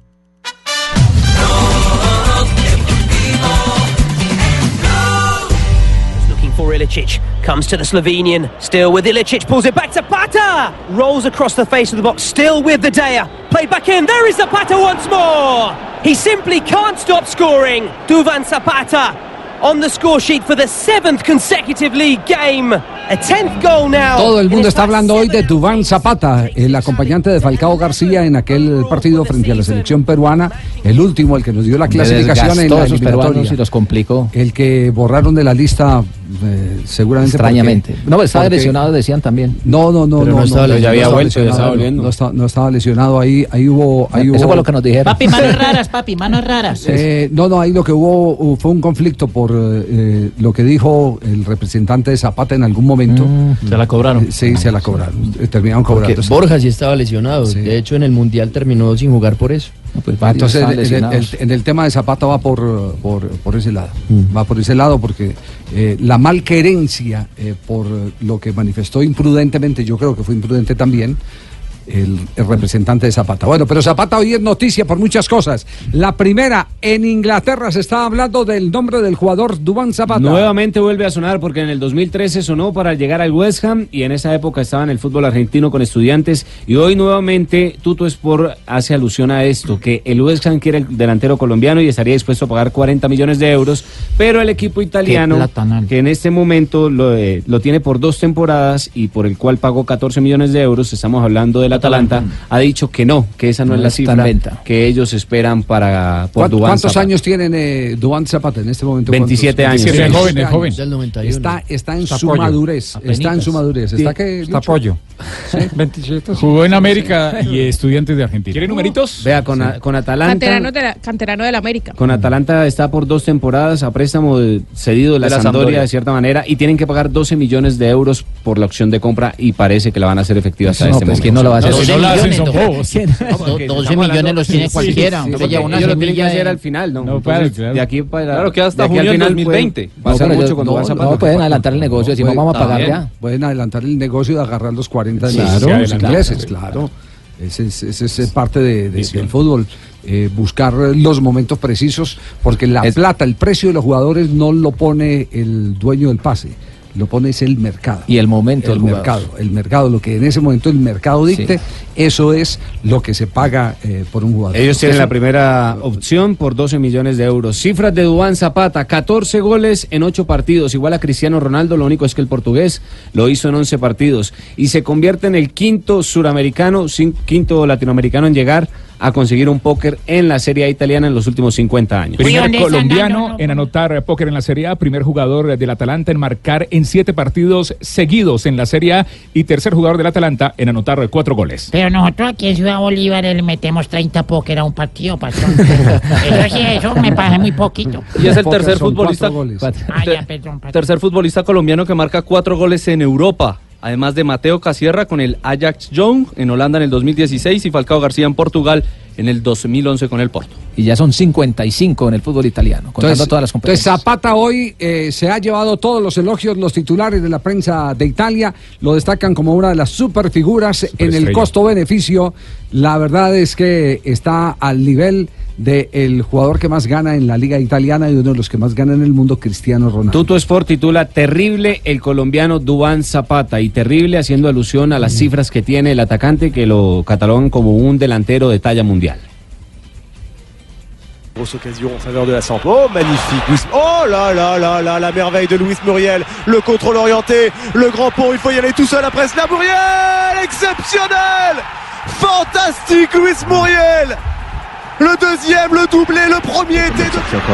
S5: Looking for Ilicic, comes to the Slovenian, still with Ilicic, pulls it back to Zapata, rolls across the face of the box, still with the Daya, played back in, there is Zapata once more! He simply can't stop scoring. Duvan Zapata on the score sheet for the seventh consecutive league game. A tenth goal now.
S8: Todo el mundo está hablando hoy de Duván Zapata, el acompañante de Falcao García en aquel partido frente a la selección peruana, el último, el que nos dio la clasificación en la eliminatoria.
S6: Y los complicó.
S8: El que borraron de la lista, eh, seguramente.
S6: Extrañamente.
S8: Porque,
S6: no, estaba
S8: porque,
S6: lesionado, decían también.
S8: No, no, no.
S6: Pero
S8: no,
S6: no estaba
S8: no,
S6: lesionado.
S8: ya había
S6: no
S8: vuelto,
S6: estaba
S8: ya estaba volviendo. No, estaba, no estaba lesionado, ahí, ahí hubo. Ahí
S6: Eso
S8: hubo,
S6: fue lo que nos dijeron.
S7: Papi, manos raras, papi, manos raras.
S8: Eh, no, no, ahí lo que hubo fue un conflicto por eh, lo que dijo el representante de Zapata en algún momento.
S17: Mm, se la cobraron.
S8: Eh, sí, se la cobraron. Eh, terminaron cobrando.
S16: Porque Borja sí estaba lesionado. Sí. De hecho, en el Mundial terminó sin jugar por eso.
S8: No, pues entonces, en el, el, en el tema de Zapata va por, por, por ese lado.
S16: Mm.
S8: Va por ese lado porque eh, la malquerencia eh, por lo que manifestó imprudentemente, yo creo que fue imprudente también, El, el representante de Zapata. Bueno, pero Zapata hoy es noticia por muchas cosas. La primera, en Inglaterra se está hablando del nombre del jugador Duván Zapata.
S15: Nuevamente vuelve a sonar porque en el dos mil trece sonó para llegar al West Ham y en esa época estaba en el fútbol argentino con Estudiantes, y hoy nuevamente Tuto Sport hace alusión a esto, que el West Ham quiere el delantero colombiano y estaría dispuesto a pagar cuarenta millones de euros, pero el equipo italiano, que en este momento lo, eh, lo tiene por dos temporadas y por el cual pagó catorce millones de euros, estamos hablando de la Atalanta, ha dicho que no, que esa no, no es la cifra que ellos esperan para por Duván
S8: ¿Cuántos
S15: Zapata.
S8: años tiene eh, Duván Zapata en este momento?
S15: veintisiete años.
S8: veintisiete
S15: Es
S8: joven,
S15: es joven.
S8: Del noventa y uno. Está, está en
S9: Está
S8: su
S9: pollo.
S8: madurez.
S9: Apenitas.
S8: Está en su madurez. ¿Está
S9: Sí,
S8: qué?
S9: está
S8: Lucho?
S9: pollo.
S8: ¿Sí?
S9: veintisiete. Jugó en América y Estudiantes de Argentina.
S19: ¿Quiere numeritos?
S15: Vea, con, a- con Atalanta.
S2: Canterano de la, canterano de la América.
S15: Con Atalanta está por dos temporadas a préstamo de- cedido de la,
S17: De la
S15: Sampdoria,
S17: Sampdoria.
S15: de cierta manera, y tienen que pagar doce millones de euros por la opción de compra y parece que la van a hacer efectiva hasta
S6: No,
S15: este
S6: pues,
S15: momento.
S6: ¿quién no la va a hacer?
S15: doce
S6: Si no la hacen,
S15: millones,
S6: son
S15: no.
S6: bobos.
S15: ¿Quién?
S6: Do-
S15: Porque
S6: doce
S15: estamos
S6: millones
S15: hablando-
S6: los tiene
S15: Sí,
S6: cualquiera.
S15: sí,
S6: Uno
S15: porque
S6: lleva una
S15: ellos lo tienen que
S6: semilla
S15: hacer
S6: de-
S15: al final, ¿no?
S9: No,
S15: Entonces,
S9: claro, claro.
S15: de aquí para
S9: Claro, queda hasta
S15: de aquí
S9: junio
S15: al
S9: del
S15: final
S9: dos mil veinte.
S15: puede pasar
S8: pero
S15: mucho
S8: yo-
S15: con
S8: no,
S15: Duván
S8: no,
S15: Zapata.
S8: no,
S6: pueden adelantar el negocio, si no vamos a pagar
S8: También.
S6: ya.
S8: Pueden adelantar el negocio y agarrar los cuarenta de
S6: Sí,
S8: los,
S6: claro,
S8: los
S6: claro,
S8: ingleses,
S6: claro.
S8: claro. Ese es, ese es parte de, de- del fútbol. Eh, buscar los momentos precisos, porque la plata, el precio de los jugadores no lo pone el dueño del pase, lo pone es el mercado.
S6: Y el momento
S8: el
S6: del jugador.
S8: mercado, el mercado, lo que en ese momento el mercado dicte, eso es lo que se paga eh, por un jugador.
S15: Ellos tienen
S8: Eso-
S15: la primera opción por doce millones de euros. Cifras de Duván Zapata, catorce goles en ocho partidos, igual a Cristiano Ronaldo, lo único es que el portugués lo hizo en once partidos. Y se convierte en el quinto suramericano, cin- quinto latinoamericano en llegar a conseguir un póker en la Serie A italiana en los últimos cincuenta años.
S19: Primer colombiano en anotar eh, póker en la Serie A, primer jugador eh, del Atalanta en marcar en siete partidos seguidos en la Serie A y tercer jugador del Atalanta en anotar eh, cuatro goles.
S7: Pero nosotros aquí en Ciudad Bolívar le metemos treinta póker a un partido, patrón. Eso sí, eso me parece muy poquito.
S3: Y es el tercer futbolista,
S7: Ah, ya, perdón, perdón.
S3: tercer futbolista colombiano que marca cuatro goles en Europa. Además de Mateo Casierra con el Ajax Young en Holanda en el dos mil dieciséis y Falcao García en Portugal en el dos mil once con el Porto.
S6: Y ya son cincuenta y cinco en el fútbol italiano, contando
S8: Entonces,
S6: todas las
S8: entonces
S6: competencias.
S8: Zapata hoy eh, se ha llevado todos los elogios, los titulares de la prensa de Italia lo destacan como una de las superfiguras en el costo-beneficio. La verdad es que está al nivel del jugador que más gana en la liga italiana y uno de los que más gana en el mundo, Cristiano Ronaldo.
S15: Tutto Sport titula terrible el colombiano Duván Zapata, y terrible haciendo alusión a las cifras que tiene el atacante, que lo catalogan como un delantero de talla mundial.
S10: Grosse occasion en faveur de la Samp. Oh, magnifique. Luis- Oh là là là là, la merveille de Luis Muriel. Le contrôle orienté, le grand pont, il faut y aller tout seul après cela. Muriel, exceptionnel. Fantastique Luis Muriel. Le deuxième, le doublé, le premier était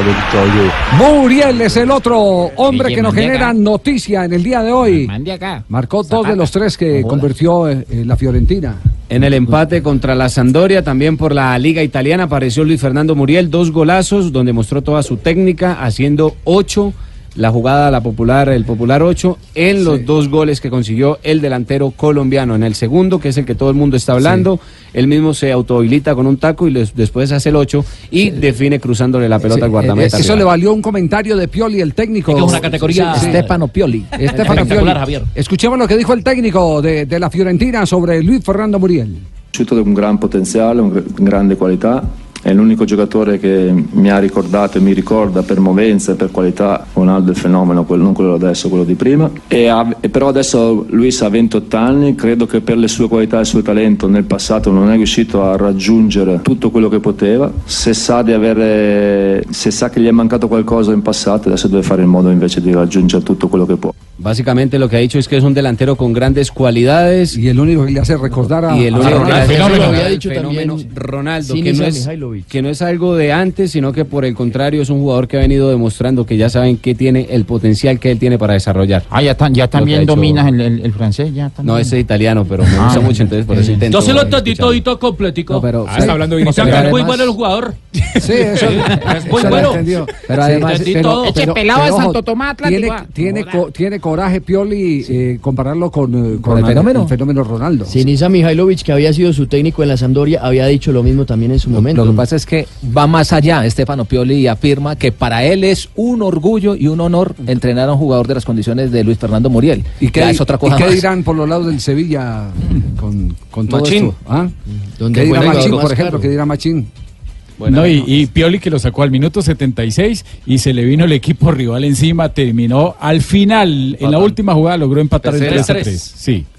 S10: de...
S8: Muriel es el otro hombre
S10: Oye,
S8: que nos
S10: mande
S8: genera
S10: acá.
S8: noticia en el día de hoy.
S4: Mande acá.
S8: Marcó dos de los tres que convirtió eh, eh, la Fiorentina.
S15: En el empate contra la Sampdoria, también por la Liga Italiana, apareció Luis Fernando Muriel, dos golazos donde mostró toda su técnica, haciendo ocho, la jugada, la popular, el popular ocho, en los dos goles que consiguió el delantero colombiano. En el segundo, que es el que todo el mundo está hablando, él mismo se autohabilita con un taco y les- después hace el ocho y define cruzándole la pelota
S8: Sí,
S15: al guardameta.
S8: eh, Eso
S15: rival.
S8: le valió un comentario de Pioli, el técnico.
S15: Es que es una categoría-
S8: Sí, sí.
S6: Stefano Pioli.
S8: Stefano
S6: Espectacular,
S8: Pioli.
S6: Javier.
S8: Escuchemos lo que dijo el técnico de, de la Fiorentina sobre Luis Fernando Muriel.
S13: Conosciuto di un gran potenziale, un gr- grande qualità, è l'unico giocatore che mi ha ricordato e mi ricorda per movenza e per qualità Ronaldo il fenomeno, quel- non quello adesso, quello di prima. E ha- e però adesso Luis ha ventotto anni, credo che per le sue qualità e il suo talento nel passato non è riuscito a raggiungere tutto quello che poteva. Se sa di avere, se sa che gli è mancato qualcosa in passato, adesso deve fare in modo invece di raggiungere tutto quello che può.
S15: Básicamente lo que ha dicho es que es un delantero con grandes cualidades.
S8: Y el único que le hace recordar a,
S15: y el
S8: a
S15: único que le hace
S8: Ronaldo.
S15: recordar
S8: Había
S15: el
S8: dicho
S15: fenómeno
S8: también
S15: Ronaldo, que
S8: Sinisa
S15: no, es,
S8: Mihajlovic.
S15: que no es algo de antes, sino que por el contrario es un jugador que ha venido demostrando que ya saben que tiene el potencial que él tiene para desarrollar.
S20: Ah, ya, tan- ya
S15: Lo que ha
S20: también
S15: hecho-
S20: dominas el, el- el francés, ya también.
S15: No, ese es italiano, pero me
S20: Ah,
S15: gusta mucho, entonces por eso intento.
S7: Yo se lo entendí
S15: escucharlo.
S7: todito completico.
S15: No, pero-
S19: Ah, está hablando bien
S7: O sea, que
S19: italiano.
S7: es muy
S19: Además-
S7: bueno el jugador.
S8: Sí, eso,
S7: es muy
S8: eso lo
S7: bueno.
S8: entendió.
S6: Pero además-
S7: entendí
S8: pero-
S7: todo.
S8: pero-
S4: Eche pelado de
S8: pero, ojo,
S4: Santo Tomás Atlático.
S8: Tiene,
S4: ah.
S8: tiene, co- tiene coraje Pioli eh, compararlo con, eh, con
S16: el fenómeno?
S8: el fenómeno Ronaldo.
S16: Sinisa Mihajlovic, que había sido su técnico en la Sampdoria, había dicho lo mismo también en su momento.
S6: Lo que pasa es que va más allá, Stefano Pioli, y afirma que para él es un orgullo y un honor entrenar a un jugador de las condiciones de Luis Fernando Muriel.
S8: ¿Y qué,
S6: Ya es otra cosa
S8: ¿y qué
S6: más.
S8: dirán por los lados del Sevilla con, con todo
S9: Machín.
S8: esto? ¿Ah?
S9: ¿Dónde
S8: ¿Qué dirá
S9: juega
S8: Machín,
S9: más
S8: por ejemplo?
S9: caro?
S8: ¿Qué dirá Machín?
S9: No, y, y Pioli que lo sacó al minuto setenta y seis y se le vino el equipo rival encima, terminó al final, en la última jugada logró empatar el tres a tres. Sí.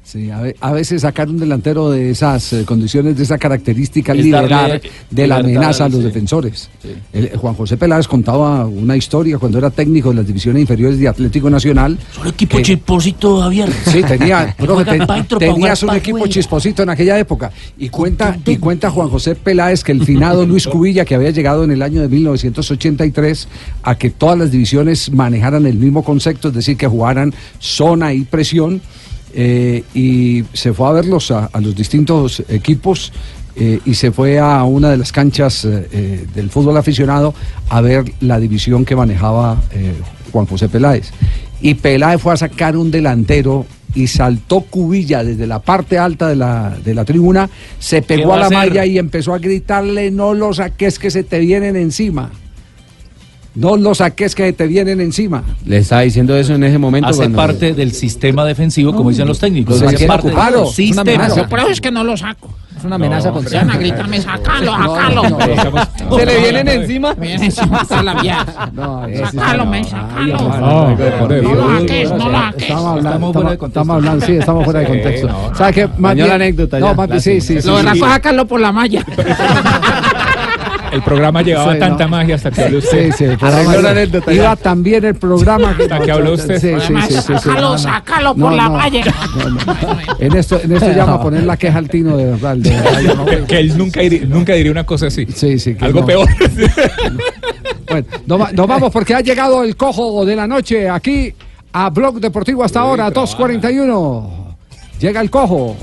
S8: Sí, a, ve- a veces sacar un delantero de esas eh, condiciones, de esa característica,
S3: Es
S8: liberar
S3: darle
S8: de la
S3: libertad,
S8: amenaza a los
S3: sí.
S8: defensores. El- Juan José Peláez contaba una historia cuando era técnico de las divisiones inferiores de Atlético Nacional.
S7: Un equipo
S8: que-
S7: chisposito, Javier.
S8: Sí, tenía, profe,
S7: Juega
S8: ten-
S7: pa' dentro, pa'
S8: tenías
S7: jugar
S8: un
S7: pa'
S8: equipo
S7: afuera.
S8: chisposito en aquella época. Y cuenta, y cuenta Juan José Peláez que el finado Luis Cubilla, que había llegado en el año de mil novecientos ochenta y tres a que todas las divisiones manejaran el mismo concepto, es decir, que jugaran zona y presión, eh, y se fue a verlos a, a los distintos equipos. eh, y se fue a una de las canchas eh, eh, del fútbol aficionado a ver la división que manejaba eh, Juan José Peláez. Y Peláez fue a sacar un delantero y saltó Cubilla desde la parte alta de la, de la tribuna, se
S3: ¿Qué
S8: pegó
S3: va
S8: a la
S3: a hacer?
S8: malla y empezó a gritarle: no lo saques que se te vienen encima. No lo saques que te vienen encima.
S15: Le estaba diciendo eso en ese momento.
S17: Hace
S15: cuando-
S17: parte del sistema defensivo, como dicen los técnicos.
S8: Los
S17: Hace
S8: quieren
S17: parte
S8: ocupar,
S17: del
S8: es una
S17: sistema.
S8: amenaza.
S20: Pero es que no lo saco.
S6: Es una amenaza
S20: No,
S6: constante.
S20: van a gritarme, sacalo,
S8: No,
S20: sacalo.
S8: no, no.
S20: ¿Se le vienen encima? Me vienen encima hasta la vieja.
S8: No,
S20: Sacalo, men, sacalo.
S8: no,
S20: No
S8: no,
S20: lo saques, no lo saques.
S8: Estamos hablando,
S6: Estamos fuera de
S8: estamos, estamos hablando, sí, estamos fuera de contexto.
S15: no.
S8: ¿Sabes qué? Más
S15: Dañó la
S8: bien-
S15: anécdota
S8: No,
S15: ya.
S8: más bien, sí, sí, sí.
S20: Lo
S8: sí,
S20: verás
S8: sí.
S20: para sacarlo por la malla.
S19: El programa llevaba
S8: Sí,
S19: tanta
S8: no.
S19: magia hasta que habló
S8: Sí,
S19: usted.
S8: sí, el programa iba, iba tan bien el programa
S19: Hasta que habló usted.
S8: Sí, sí, sí, sí, sí,
S20: Sácalo,
S8: no, no.
S20: sácalo
S8: No,
S20: por la
S8: no.
S20: malla.
S8: No, no. En esto, en esto llama a poner la queja al Tino de verdad. de verdad, ¿no?
S19: Que, que él nunca, diri- nunca diría una cosa así.
S8: Sí, sí, que
S19: Algo
S8: no.
S19: peor.
S8: Bueno, nos, va- nos vamos porque ha llegado el cojo de la noche aquí a Blog Deportivo hasta ahora, dos cuarenta y uno. Llega el cojo.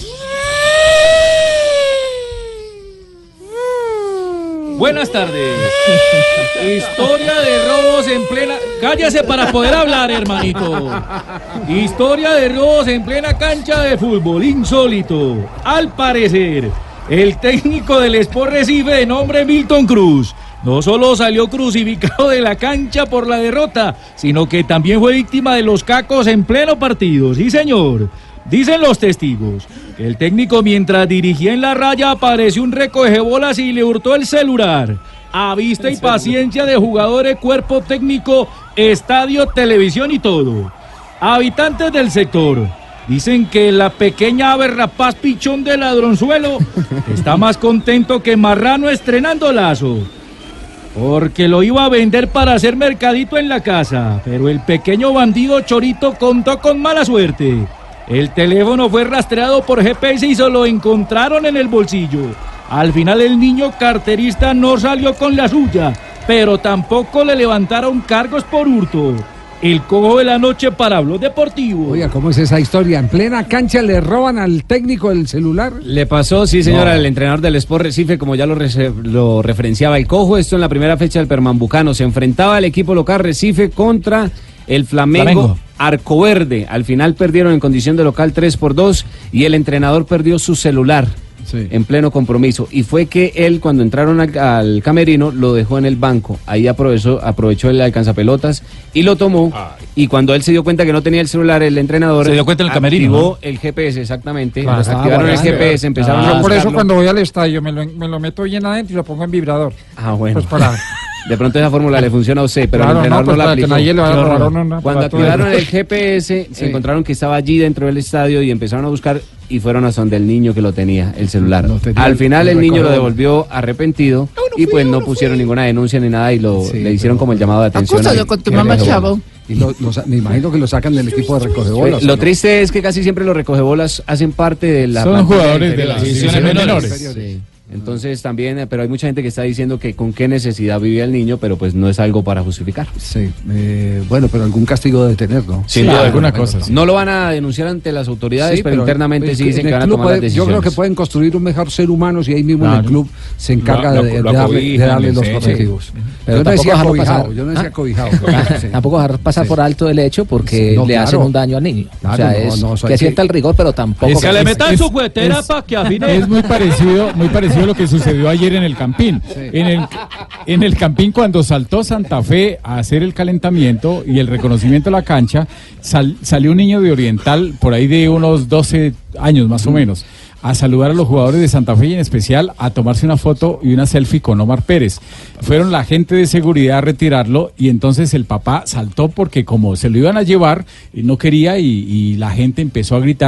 S3: Buenas tardes. Historia de robos en plena... Cállese para poder hablar, hermanito. Historia de robos en plena cancha de fútbol. Insólito. Al parecer, el técnico del Sport Recife de nombre Milton Cruz no solo salió crucificado de la cancha por la derrota, sino que también fue víctima de los cacos en pleno partido. Sí, señor. Dicen los testigos que el técnico, mientras dirigía en la raya, apareció un recogebolas y le hurtó el celular. A vista y paciencia de jugadores, cuerpo técnico, estadio, televisión y todo. Habitantes del sector dicen que la pequeña ave rapaz pichón de ladronzuelo está más contento que marrano estrenando lazo, porque lo iba a vender para hacer mercadito en la casa, pero el pequeño bandido Chorito contó con mala suerte. El teléfono fue rastreado por G P S y se lo encontraron en el bolsillo. Al final el niño carterista no salió con la suya, pero tampoco le levantaron cargos por hurto. El cojo de la noche para Blog Deportivo.
S8: Oiga, ¿cómo es esa historia? En plena cancha le roban al técnico el celular.
S15: Le pasó, sí, señora,
S8: No.
S15: el entrenador del Sport Recife, como ya lo, rece- lo referenciaba el cojo. Esto en la primera fecha del Pernambucano. Se enfrentaba el equipo local Recife contra el Flamengo,
S17: Flamengo.
S15: Arcoverde. Al final perdieron en condición de local tres por dos y el entrenador perdió su celular.
S8: Sí.
S15: En pleno compromiso. Y fue que él, cuando entraron al, al camerino, lo dejó en el banco. Ahí aprovechó, aprovechó el alcanzapelotas y lo tomó. Y cuando él se dio cuenta que no tenía el celular, el entrenador
S17: Se dio cuenta en el camerino,
S15: activó
S17: ¿no?
S15: el G P S, exactamente.
S8: Claro, estaba
S15: activaron el
S8: guardando.
S15: G P S, empezaron
S17: Ah,
S15: a
S1: Yo por eso
S15: buscarlo.
S1: cuando voy al estadio me lo, me lo meto bien adentro y lo pongo en vibrador.
S15: Ah, bueno.
S1: Pues para...
S15: De pronto esa fórmula le funciona a usted, pero
S1: Claro,
S15: el entrenador
S1: no,
S15: no,
S1: pues
S15: la
S1: para que
S15: aplicó.
S1: nadie le vaya a
S15: Qué
S1: robar
S15: horror.
S1: una
S15: Cuando
S1: para todo
S15: activaron
S1: eso.
S15: el G P S, se
S8: Sí.
S15: encontraron que estaba allí dentro del estadio y empezaron a buscar y fueron a donde el niño que lo tenía, el celular.
S8: Lo tenía
S15: Al
S8: el-
S15: final
S8: el
S15: el niño lo
S8: recogedor.
S15: devolvió arrepentido y pues no pusieron ninguna denuncia ni nada y lo,
S8: Sí,
S15: le hicieron
S8: pero-
S15: como el llamado de atención.
S20: Acúsalo
S15: al-
S20: con tu
S15: al
S20: mamá,
S15: recogebolas.
S20: chavo.
S8: Y lo- lo sa- me imagino que lo sacan del equipo de recogebolas.
S15: Lo
S8: ¿no?
S15: triste es que casi siempre los recogebolas hacen parte de la
S19: Son
S15: plantilla
S19: jugadores de las
S15: inferiores.
S19: divisiones
S15: Sí,
S19: menores.
S15: sí. Entonces también, eh, pero hay mucha gente que está diciendo que con qué necesidad vivía el niño, pero pues no es algo para justificar.
S8: Sí, eh, bueno, pero algún castigo de tener, ¿no?
S15: Sin duda alguna cosa. No lo van a denunciar ante las autoridades,
S8: Sí,
S15: pero, internamente
S8: el-
S15: sí dicen
S8: en
S15: que
S8: el
S15: van a
S8: club
S15: tomar
S8: puede-
S15: las
S8: yo
S15: decisiones.
S8: creo que pueden construir un mejor ser humano si ahí mismo en el
S15: Claro.
S8: club se encarga
S19: Lo-
S8: de,
S19: lo-
S8: de
S19: lo
S8: darle, de
S19: acobijan,
S8: darle los
S19: sí.
S8: correctivos.
S6: Pero
S8: Pero yo no
S6: tampoco
S8: decía
S6: dejarlo
S8: cobijado,
S6: pasar.
S8: yo no decía
S6: Ah.
S8: cobijado. Sí.
S6: Tampoco dejar pasar por alto el hecho porque
S8: No,
S6: le
S8: claro.
S6: hacen un daño al niño.
S8: Claro,
S6: o sea,
S8: no,
S6: es
S8: no, eso hay
S6: que
S8: que-
S6: sienta el rigor, pero tampoco...
S19: Es-
S3: Que le
S19: es-
S3: metan
S19: es-
S3: su juguetera
S19: es-
S3: para que afine.
S19: Es muy parecido, muy parecido a lo que sucedió ayer en el Campín. En el, en el Campín, cuando saltó Santa Fe a hacer el calentamiento y el reconocimiento de la cancha, sal- salió un niño de Oriental, por ahí de unos doce años más o menos, a saludar a los jugadores de Santa Fe y en especial a tomarse una foto y una selfie con Omar Pérez. Fueron la gente de seguridad a retirarlo y entonces el papá saltó porque como se lo iban a llevar, eh, no quería y, y la gente empezó a gritar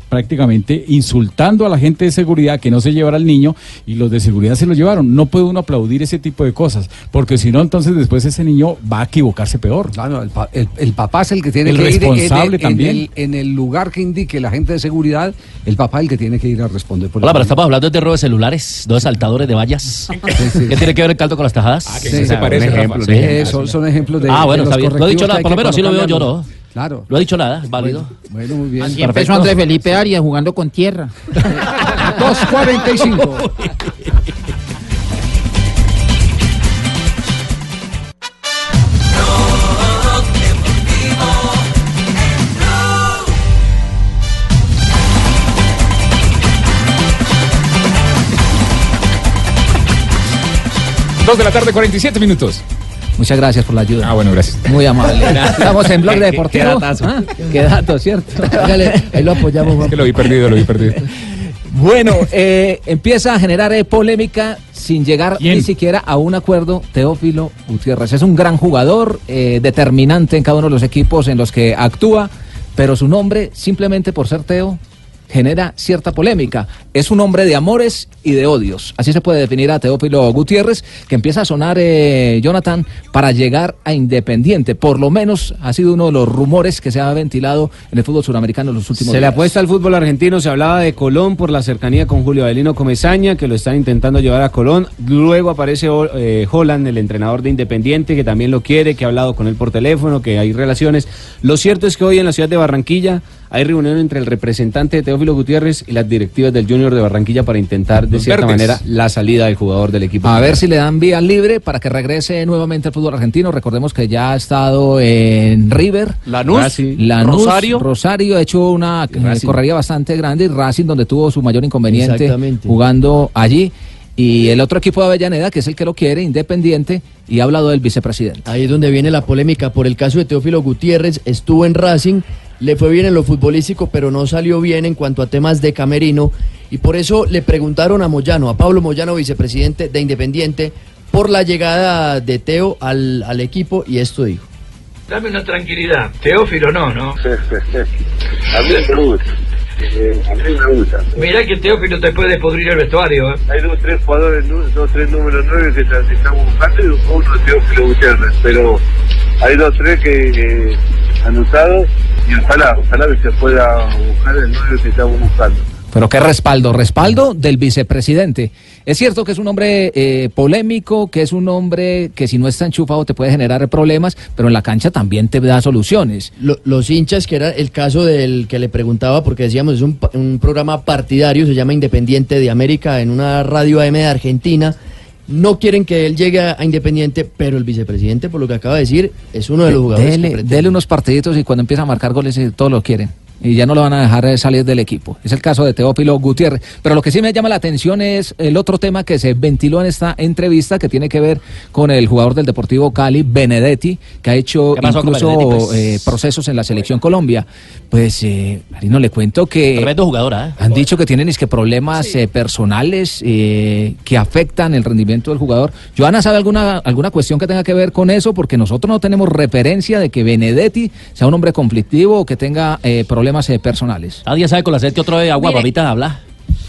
S9: prácticamente insultando a la gente de seguridad que no se llevara al niño, y los de seguridad se lo llevaron. No puede uno aplaudir ese tipo de cosas, porque si no, entonces después ese niño va a equivocarse peor.
S8: Claro, el, pa- el, el papá es el que tiene
S9: El
S8: que
S9: responsable
S8: ir en, en-
S9: también.
S8: En el, en el lugar que indique la gente de seguridad, el papá es el que tiene que ir a responder por
S11: Hola,
S8: el
S11: pero
S8: niño.
S11: estamos hablando de robo de celulares, dos saltadores de vallas. ¿Qué tiene que ver el caldo con las tajadas?
S8: Ah, que sí se parece, Rafa.
S11: Sí.
S8: Eh, son- son ejemplos de-
S11: Ah, bueno,
S8: de los
S11: está bien. No he
S8: correctivos
S11: dicho
S8: que
S11: nada,
S8: hay
S11: por lo
S8: que
S11: menos así lo veo yo,
S8: colocarle.
S11: ¿no?
S8: Claro.
S11: No he dicho nada, es válido.
S8: Bueno, muy bien.
S20: Así empezó Andrés Felipe Arias jugando con tierra.
S8: dos cuarenta y cinco.
S19: Dos de la tarde, cuarenta y siete minutos.
S6: Muchas gracias por la ayuda.
S19: Ah, bueno, gracias.
S6: Muy amable. Estamos en Blog
S19: Qué-
S6: Deportivo.
S19: qué datazo.
S6: Ah, Qué dato, ¿cierto?
S16: ahí lo apoyamos.
S19: Es que lo vi perdido, lo vi perdido.
S6: Bueno, eh, empieza a generar eh, polémica sin llegar ni siquiera a un acuerdo Teófilo Gutiérrez. Es un gran jugador, eh, determinante en cada uno de los equipos en los que actúa, pero su nombre, simplemente por ser Teo, genera cierta polémica. Es un hombre de amores y de odios. Así se puede definir a Teófilo Gutiérrez, que empieza a sonar, eh, Jonathan, para llegar a Independiente. Por lo menos ha sido uno de los rumores que se ha ventilado en el fútbol suramericano en los últimos
S15: Se
S6: días.
S15: le apuesta al fútbol argentino, se hablaba de Colón por la cercanía con Julio Avelino Comesaña, que lo están intentando llevar a Colón. Luego aparece eh, Holland, el entrenador de Independiente, que también lo quiere, que ha hablado con él por teléfono, que hay relaciones. Lo cierto es que hoy en la ciudad de Barranquilla hay reunión entre el representante de Teófilo Gutiérrez y las directivas del Junior de Barranquilla para intentar de
S6: Los
S15: cierta
S6: verdes.
S15: manera la salida del jugador del equipo.
S6: A ver si le dan vía libre para que regrese nuevamente al fútbol argentino. Recordemos que ya ha estado en River,
S15: Lanús,
S6: Racing, Lanús,
S15: Rosario.
S6: Rosario ha hecho una eh,
S15: Racing.
S6: correría bastante grande, y Racing, donde tuvo su mayor inconveniente
S16: Exactamente.
S6: jugando allí. Y el otro equipo de Avellaneda, que es el que lo quiere, Independiente, y ha hablado del vicepresidente.
S16: Ahí es donde viene la polémica por el caso de Teófilo Gutiérrez. Estuvo en Racing, le fue bien en lo futbolístico, pero no salió bien en cuanto a temas de camerino. Y por eso le preguntaron a Moyano, a Pablo Moyano, vicepresidente de Independiente, por la llegada de Teo al, al equipo, y esto dijo.
S12: Dame una tranquilidad. Teófilo no, ¿no?
S14: Sí, sí, sí. A mí me gusta. Eh, a mí me gusta.
S12: Mirá que Teófilo te puede podrir el vestuario, ¿eh?
S14: Hay dos tres jugadores, nu- dos tres números nueve que tra- que estamos buscando y uno de Teófilo Gutiérrez. Pero hay dos tres que eh, han usado y ojalá, ojalá que se pueda buscar el nueve que estamos buscando.
S6: Pero qué respaldo, respaldo del vicepresidente. Es cierto que es un hombre eh, polémico, que es un hombre que si no está enchufado te puede generar problemas, pero en la cancha también te da soluciones.
S16: Lo- los hinchas, que era el caso del que le preguntaba, porque decíamos, es un, pa- un programa partidario, se llama Independiente de América, en una radio A M de Argentina. No quieren que él llegue a Independiente, pero el vicepresidente, por lo que acaba de decir, es uno de los jugadores que
S6: Dele,
S16: pretende.
S6: dele unos partiditos y cuando empieza a marcar goles eh, todos lo quieren. Y ya no lo van a dejar eh, salir del equipo. Es el caso de Teófilo Gutiérrez. Pero lo que sí me llama la atención es el otro tema que se ventiló en esta entrevista, que tiene que ver con el jugador del Deportivo Cali, Benedetti, que ha hecho
S11: ¿Qué pasó con
S6: incluso
S11: Benedetti, pues?
S6: eh, procesos en la Selección Colombia. Pues, eh, Marino, le cuento que...
S11: Tremendo jugador, ¿eh?
S6: Han dicho que tienen es que problemas eh, personales eh, que afectan el rendimiento del jugador. Joana, ¿sabe alguna, alguna cuestión que tenga que ver con eso? Porque nosotros no tenemos referencia de que Benedetti sea un hombre conflictivo o que tenga eh, problemas eh, personales.
S11: Nadie sabe con la sed que otro de agua,
S2: Mire.
S11: babita, habla.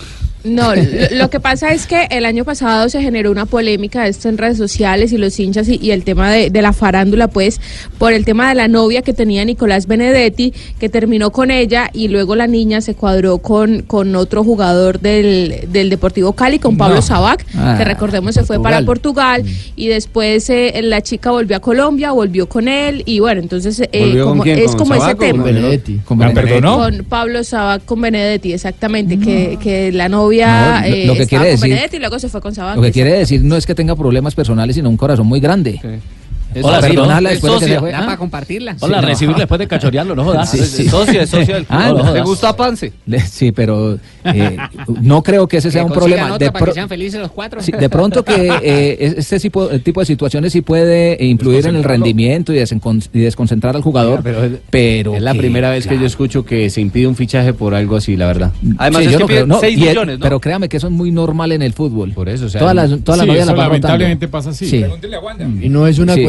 S2: No, lo, lo que pasa es que el año pasado se generó una polémica de esto en redes sociales y los hinchas y, y el tema de, de la farándula, pues, por el tema de la novia que tenía Nicolás Benedetti, que terminó con ella y luego la niña se cuadró con, con otro jugador del, del Deportivo Cali, con Pablo
S18: No.
S2: Sabac,
S18: Ah,
S2: que recordemos se fue
S18: Portugal.
S2: para Portugal y después eh, la chica volvió a Colombia, volvió con él y bueno, entonces eh,
S15: ¿Volvió con
S2: como,
S15: quién?
S2: es
S15: ¿Con
S2: como ese
S15: Sabac o
S2: tema.
S15: con Benedetti?
S6: ¿Con
S15: ¿La perdonó?
S2: Con Pablo Sabac, con Benedetti, exactamente, que, que la novia
S6: No, lo-
S2: eh,
S6: lo que
S2: estaba
S6: quiere
S2: con
S6: decir-
S2: Benedetti y luego se fue con Sabac.
S6: Lo que quiere decir no es que tenga problemas personales, sino un corazón muy grande.
S11: Hola, sí, ¿no?
S6: perdonarla después de que
S11: socia.
S6: se fue.
S11: Da
S6: Ah.
S11: para
S6: compartirla.
S11: Hola, recibirlo después de cachorearlo, no jodas.
S6: Sí, sí.
S11: Socia, es socia del club,
S6: Ah,
S11: no jodas.
S6: ¿le
S11: gusta
S6: Pance? Sí, pero eh, no creo que ese sea un problema. De,
S4: para
S6: pro-
S4: que sean felices los cuatro.
S6: sí, de pronto que eh, este tipo, el tipo de situaciones sí puede eh, influir en el rendimiento y, desencon- y desconcentrar al jugador,
S15: Pero es-
S6: pero
S15: es la
S6: que-
S15: primera vez que yo escucho que se impide un fichaje por algo así, la verdad.
S6: Sí, yo no creo, no, y el- Pero créame que eso es muy normal en el fútbol. Por
S15: eso, o sea,
S6: todas las, todas las
S9: Sí,
S6: novias
S9: eso
S6: las van rotando.
S9: lamentablemente pasa así.
S6: Sí.
S16: Y no es una
S6: Sí,
S16: cuestión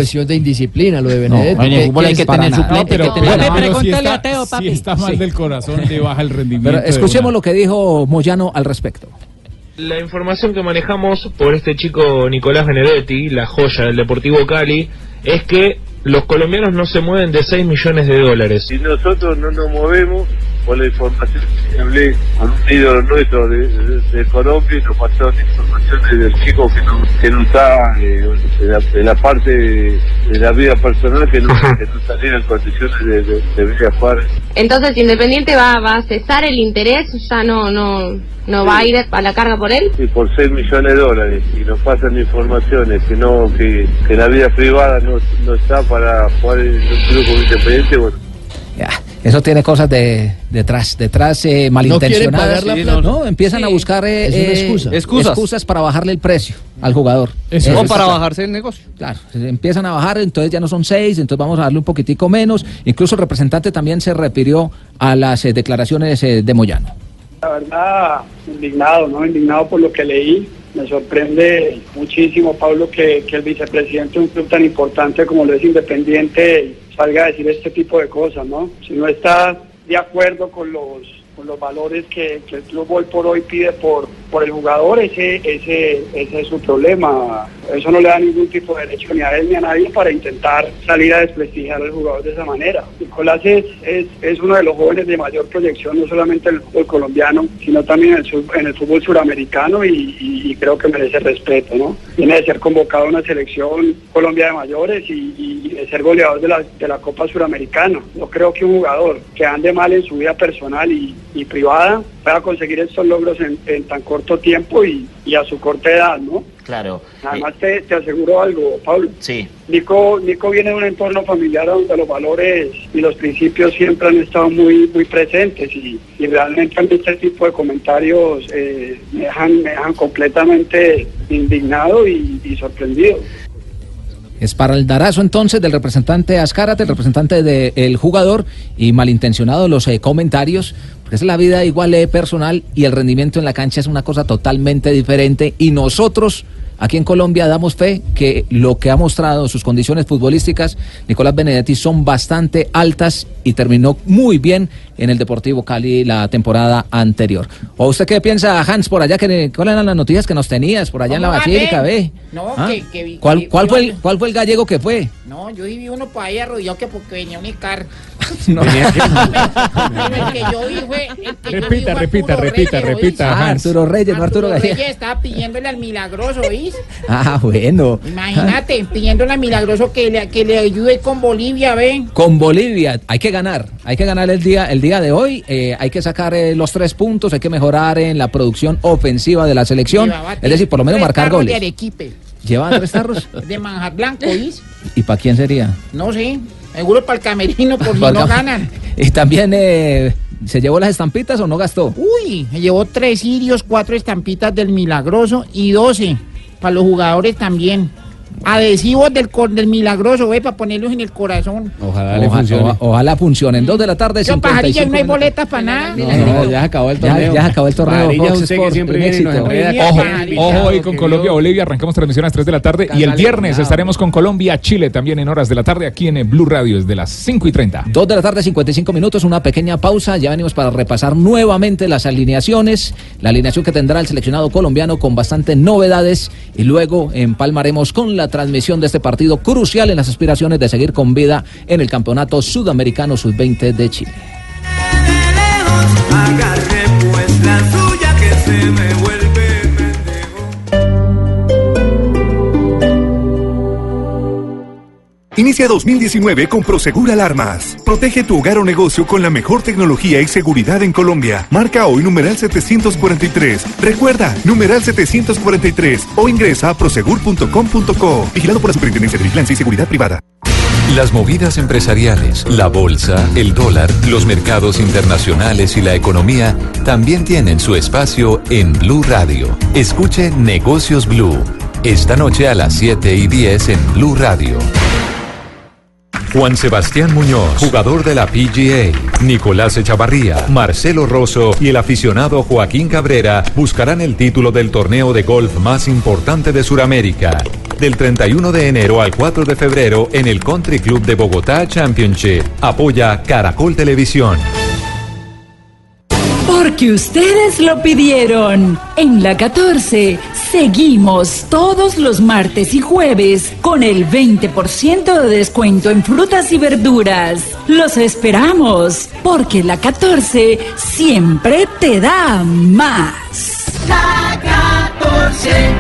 S16: cuestión de indisciplina, lo de Benedetti.
S20: No, en el fútbol hay que tener suplente.
S9: No, pero,
S20: que tener
S9: pero,
S20: la
S9: pero
S20: mano.
S9: si, está,
S20: a Teo, papi.
S9: si está mal
S6: Sí.
S9: del corazón, le baja el rendimiento.
S6: Pero escuchemos lo que dijo Moyano al respecto.
S18: La información que manejamos por este chico Nicolás Benedetti, la joya del Deportivo Cali, es que los colombianos no se mueven de seis millones de dólares.
S14: Si nosotros no nos movemos, por la información que hablé con un ídolo nuestro de, de, de Colombia, y nos pasaron informaciones del chico que no, que no está eh, de, la, de la parte de, de la vida personal, que no, que no saliera en condiciones de, de, de venir a jugar.
S21: Entonces, Independiente va, va a cesar el interés, ya no no no va a ir a la carga por él.
S14: Sí, por seis millones de dólares, y nos pasan informaciones que no que, que la vida privada no, no está para jugar en un club como Independiente. Bueno,
S6: Ya, eso tiene cosas de detrás, detrás eh, malintencionadas.
S16: No quieren pagar la
S6: Sí,
S16: plata.
S6: no, no, empiezan a buscar eh,
S16: Es una
S6: eh,
S16: excusa.
S6: excusas.
S16: Excusas.
S6: para bajarle el precio al jugador.
S15: Eso
S6: Eso
S15: o
S6: está
S15: para
S6: claro.
S15: bajarse el negocio.
S6: Claro, se empiezan a bajar, entonces ya no son seis, entonces vamos a darle un poquitico menos. Incluso el representante también se refirió a las eh, declaraciones eh, de Moyano.
S22: La verdad, indignado, ¿no? Indignado por lo que leí. Me sorprende muchísimo, Pablo, que, que el vicepresidente de un club tan importante como lo es Independiente salga a decir este tipo de cosas, ¿no? Si no está de acuerdo con los con los valores que, que el club hoy por hoy pide por por el jugador, ese ese ese es su problema. Eso no le da ningún tipo de derecho ni a él ni a nadie para intentar salir a desprestigiar al jugador de esa manera. Nicolás es, es, es uno de los jóvenes de mayor proyección, no solamente en el fútbol colombiano, sino también en el, sur, en el fútbol suramericano, y, y, y creo que merece respeto, ¿no? Viene de ser convocado a una selección Colombia de mayores y, y de ser goleador de la, de la Copa Suramericana. No creo que un jugador que ande mal en su vida personal y, y privada pueda conseguir estos logros en, en tan corto tiempo y, y a su corta edad, ¿no?
S20: Claro.
S22: Además te, te aseguro algo, Pablo.
S20: Sí.
S22: Nico, Nico viene de un entorno familiar donde los valores y los principios siempre han estado muy muy presentes, y, y realmente a mí este tipo de comentarios eh, me dejan me dejan completamente indignado y, y sorprendido.
S6: Es para el darazo entonces del representante Azcárate, el representante del jugador, y malintencionados los eh, comentarios, porque es la vida igual eh, personal, y el rendimiento en la cancha es una cosa totalmente diferente, y nosotros aquí en Colombia damos fe que lo que ha mostrado sus condiciones futbolísticas Nicolás Benedetti son bastante altas, y terminó muy bien en el Deportivo Cali la temporada anterior. ¿O usted qué piensa, Hans, por allá? Que, ¿cuáles eran las noticias que nos tenías por allá en la Basílica, ve?
S7: No,
S6: ¿Ah?
S7: que, que vi.
S6: ¿Cuál,
S7: que-
S6: cuál,
S7: que-
S6: fue el, ¿Cuál fue el gallego que fue?
S7: No, yo vi uno por ahí arrodillado que porque venía un Icar.
S6: No.
S7: Pero el que yo vi fue. el que yo vi
S9: Repita,
S7: fue
S9: repita,
S7: Arturo
S9: repita,
S7: Reyes,
S9: repita,
S7: ¿oís?
S6: Ah,
S9: Hans.
S6: Arturo Reyes, no Arturo
S7: Arturo
S6: Gallego.
S7: Reyes estaba pidiéndole al milagroso, ¿oís?
S6: Ah, bueno.
S7: Imagínate, pidiéndole al milagroso que le, que le ayude con Bolivia, ¿ven?
S6: Con Bolivia hay que ganar, hay que ganar el día el día de hoy, eh, hay que sacar eh, los tres puntos, hay que mejorar en la producción ofensiva de la selección,
S7: Llevaba
S6: es decir, por lo menos
S7: tres
S6: marcar
S7: tarros
S6: goles.
S7: de Arequipe,
S6: ¿Llevan tres tarros?
S7: de manjar blanco, ¿oís?
S6: ¿Y para quién sería?
S7: No sé, seguro para el camerino por si
S6: Para
S7: no
S6: el cam-
S7: ganan.
S6: Y también, eh, ¿se llevó las estampitas o no gastó?
S7: Uy, me llevó tres cirios, cuatro estampitas del milagroso y doce para los jugadores también. Adhesivos del, cor- del milagroso, ve, para ponerlos en el corazón.
S15: Ojalá le
S6: Oja-
S15: funcione.
S6: oja- ojalá funcionen. Dos de la tarde,
S7: Yo,
S6: cincuenta y
S7: pajarilla,
S6: cinco
S7: no hay
S6: minutos.
S7: boletas para nada.
S15: No, no, ya se acabó el
S6: Ya-
S15: torneo.
S6: ya se acabó el torneo,
S15: Pajarilla,
S6: Fox
S15: usted que
S6: Sports,
S15: siempre
S6: un
S15: viene y nos
S6: éxito.
S15: enreda.
S19: Ojo,
S15: Pajarilla,
S19: ojo hoy
S15: que
S19: con
S15: vio-
S19: Colombia-Bolivia. Arrancamos transmisión a las tres de la tarde. Y el viernes estaremos con Colombia-Chile también en horas de la tarde aquí en eh, Blue Radio desde las cinco y treinta.
S6: Dos de la tarde, cincuenta y cinco minutos, una pequeña pausa. Ya venimos para repasar nuevamente las alineaciones, la alineación que tendrá el seleccionado colombiano con bastantes novedades, y luego empalmaremos con la transmisión de este partido crucial en las aspiraciones de seguir con vida en el Campeonato Sudamericano sub veinte de Chile.
S24: Agarré pues la suya que se me vuelve
S25: Inicia dos mil diecinueve con Prosegur Alarmas. Protege tu hogar o negocio con la mejor tecnología y seguridad en Colombia. Marca hoy numeral setecientos cuarenta y tres. Recuerda, numeral setecientos cuarenta y tres o ingresa a prosegur punto com punto co. Vigilado por la Superintendencia de Vigilancia y Seguridad Privada.
S23: Las movidas empresariales, la bolsa, el dólar, los mercados internacionales y la economía también tienen su espacio en Blue Radio. Escuche Negocios Blue. Esta noche a las siete y diez en Blue Radio. Juan Sebastián Muñoz, jugador de la P G A, Nicolás Echavarría, Marcelo Rosso y el aficionado Joaquín Cabrera buscarán el título del torneo de golf más importante de Sudamérica. del treinta y uno de enero al cuatro de febrero en el Country Club de Bogotá Championship. Apoya Caracol Televisión.
S1: Porque ustedes lo pidieron. En la catorce, seguimos todos los martes y jueves con el veinte por ciento de descuento en frutas y verduras. Los esperamos, porque la catorce siempre te da más. La catorce.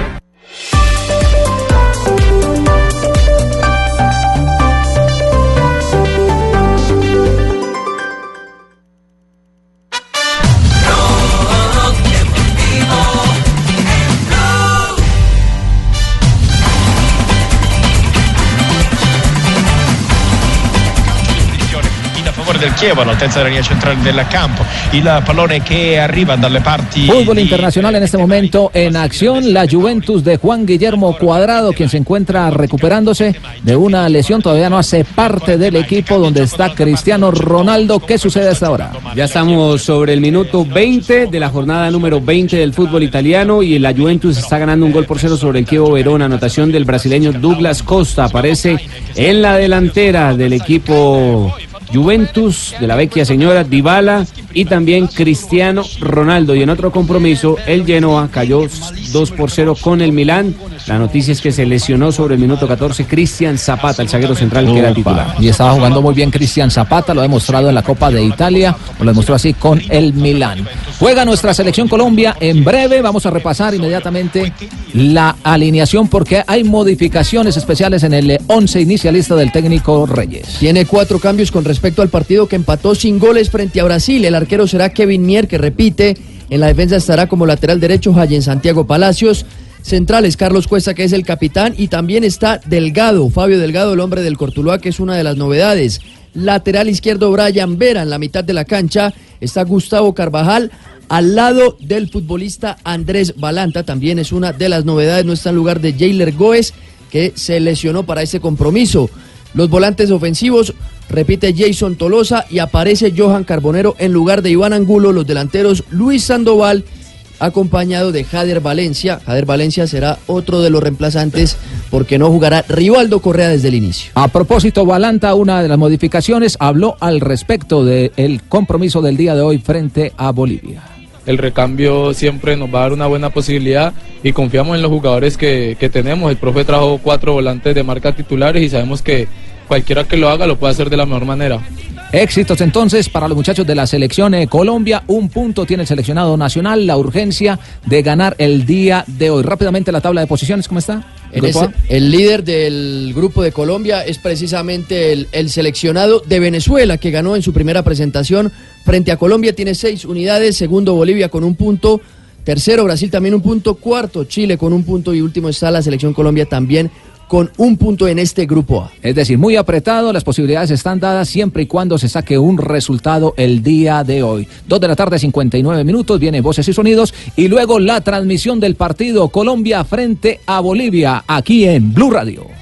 S5: del Chievo all'altezza della linea centrale del campo, il pallone che arriva dalle parti.
S6: Fútbol internacional en este momento en acción, la Juventus de Juan Guillermo Cuadrado, quien se encuentra recuperándose de una lesión, todavía no hace parte del equipo donde está Cristiano Ronaldo. ¿Qué sucede hasta ahora?
S15: Ya estamos sobre el minuto veinte de la jornada número veinte del fútbol italiano y la Juventus está ganando un gol por cero sobre el Chievo Verona, anotación del brasileño Douglas Costa, aparece en la delantera del equipo Juventus, de la vecchia señora Dybala y también Cristiano Ronaldo. Y en otro compromiso, el Genoa cayó dos por cero con el Milán. La noticia es que se lesionó sobre el minuto catorce Cristian Zapata, el zaguero central que era titular.
S6: Y estaba jugando muy bien Cristian Zapata, lo ha demostrado en la Copa de Italia, lo demostró así con el Milán. Juega nuestra selección Colombia en breve, vamos a repasar inmediatamente la alineación porque hay modificaciones especiales en el once inicialista del técnico Reyes.
S16: Tiene cuatro cambios con respecto al partido que empató sin goles frente a Brasil. El arquero será Kevin Mier, que repite. En la defensa estará como lateral derecho Jayen Santiago Palacios. Centrales, Carlos Cuesta, que es el capitán, y también está Delgado, Fabio Delgado, el hombre del Cortuluá, que es una de las novedades. Lateral izquierdo, Brian Vera. En la mitad de la cancha está Gustavo Carvajal, al lado del futbolista Andrés Balanta, también es una de las novedades. No está en lugar de Jailer Goes, que se lesionó para este compromiso. Los volantes ofensivos, repite Jason Tolosa y aparece Johan Carbonero en lugar de Iván Angulo. Los delanteros, Luis Sandoval, acompañado de Jader Valencia. Jader Valencia será otro de los reemplazantes porque no jugará Rivaldo Correa desde el inicio.
S6: A propósito, Balanta, una de las modificaciones, habló al respecto del compromiso del día de hoy frente a Bolivia.
S10: El recambio siempre nos va a dar una buena posibilidad y confiamos en los jugadores que, que tenemos. El profe trajo cuatro volantes de marca titulares y sabemos que cualquiera que lo haga lo puede hacer de la mejor manera.
S6: Éxitos entonces para los muchachos de la selección eh, Colombia. Un punto tiene el seleccionado nacional, la urgencia de ganar el día de hoy. Rápidamente la tabla de posiciones, ¿cómo está?
S16: En ese, el líder del grupo de Colombia es precisamente el, el seleccionado de Venezuela, que ganó en su primera presentación frente a Colombia, tiene seis unidades. Segundo, Bolivia con un punto. Tercero, Brasil también un punto. Cuarto, Chile con un punto. Y último está la selección Colombia también con un punto en este grupo A.
S6: Es decir, muy apretado, las posibilidades están dadas siempre y cuando se saque un resultado el día de hoy. Dos de la tarde, cincuenta y nueve minutos, viene Voces y Sonidos y luego la transmisión del partido Colombia frente a Bolivia aquí en Blue Radio.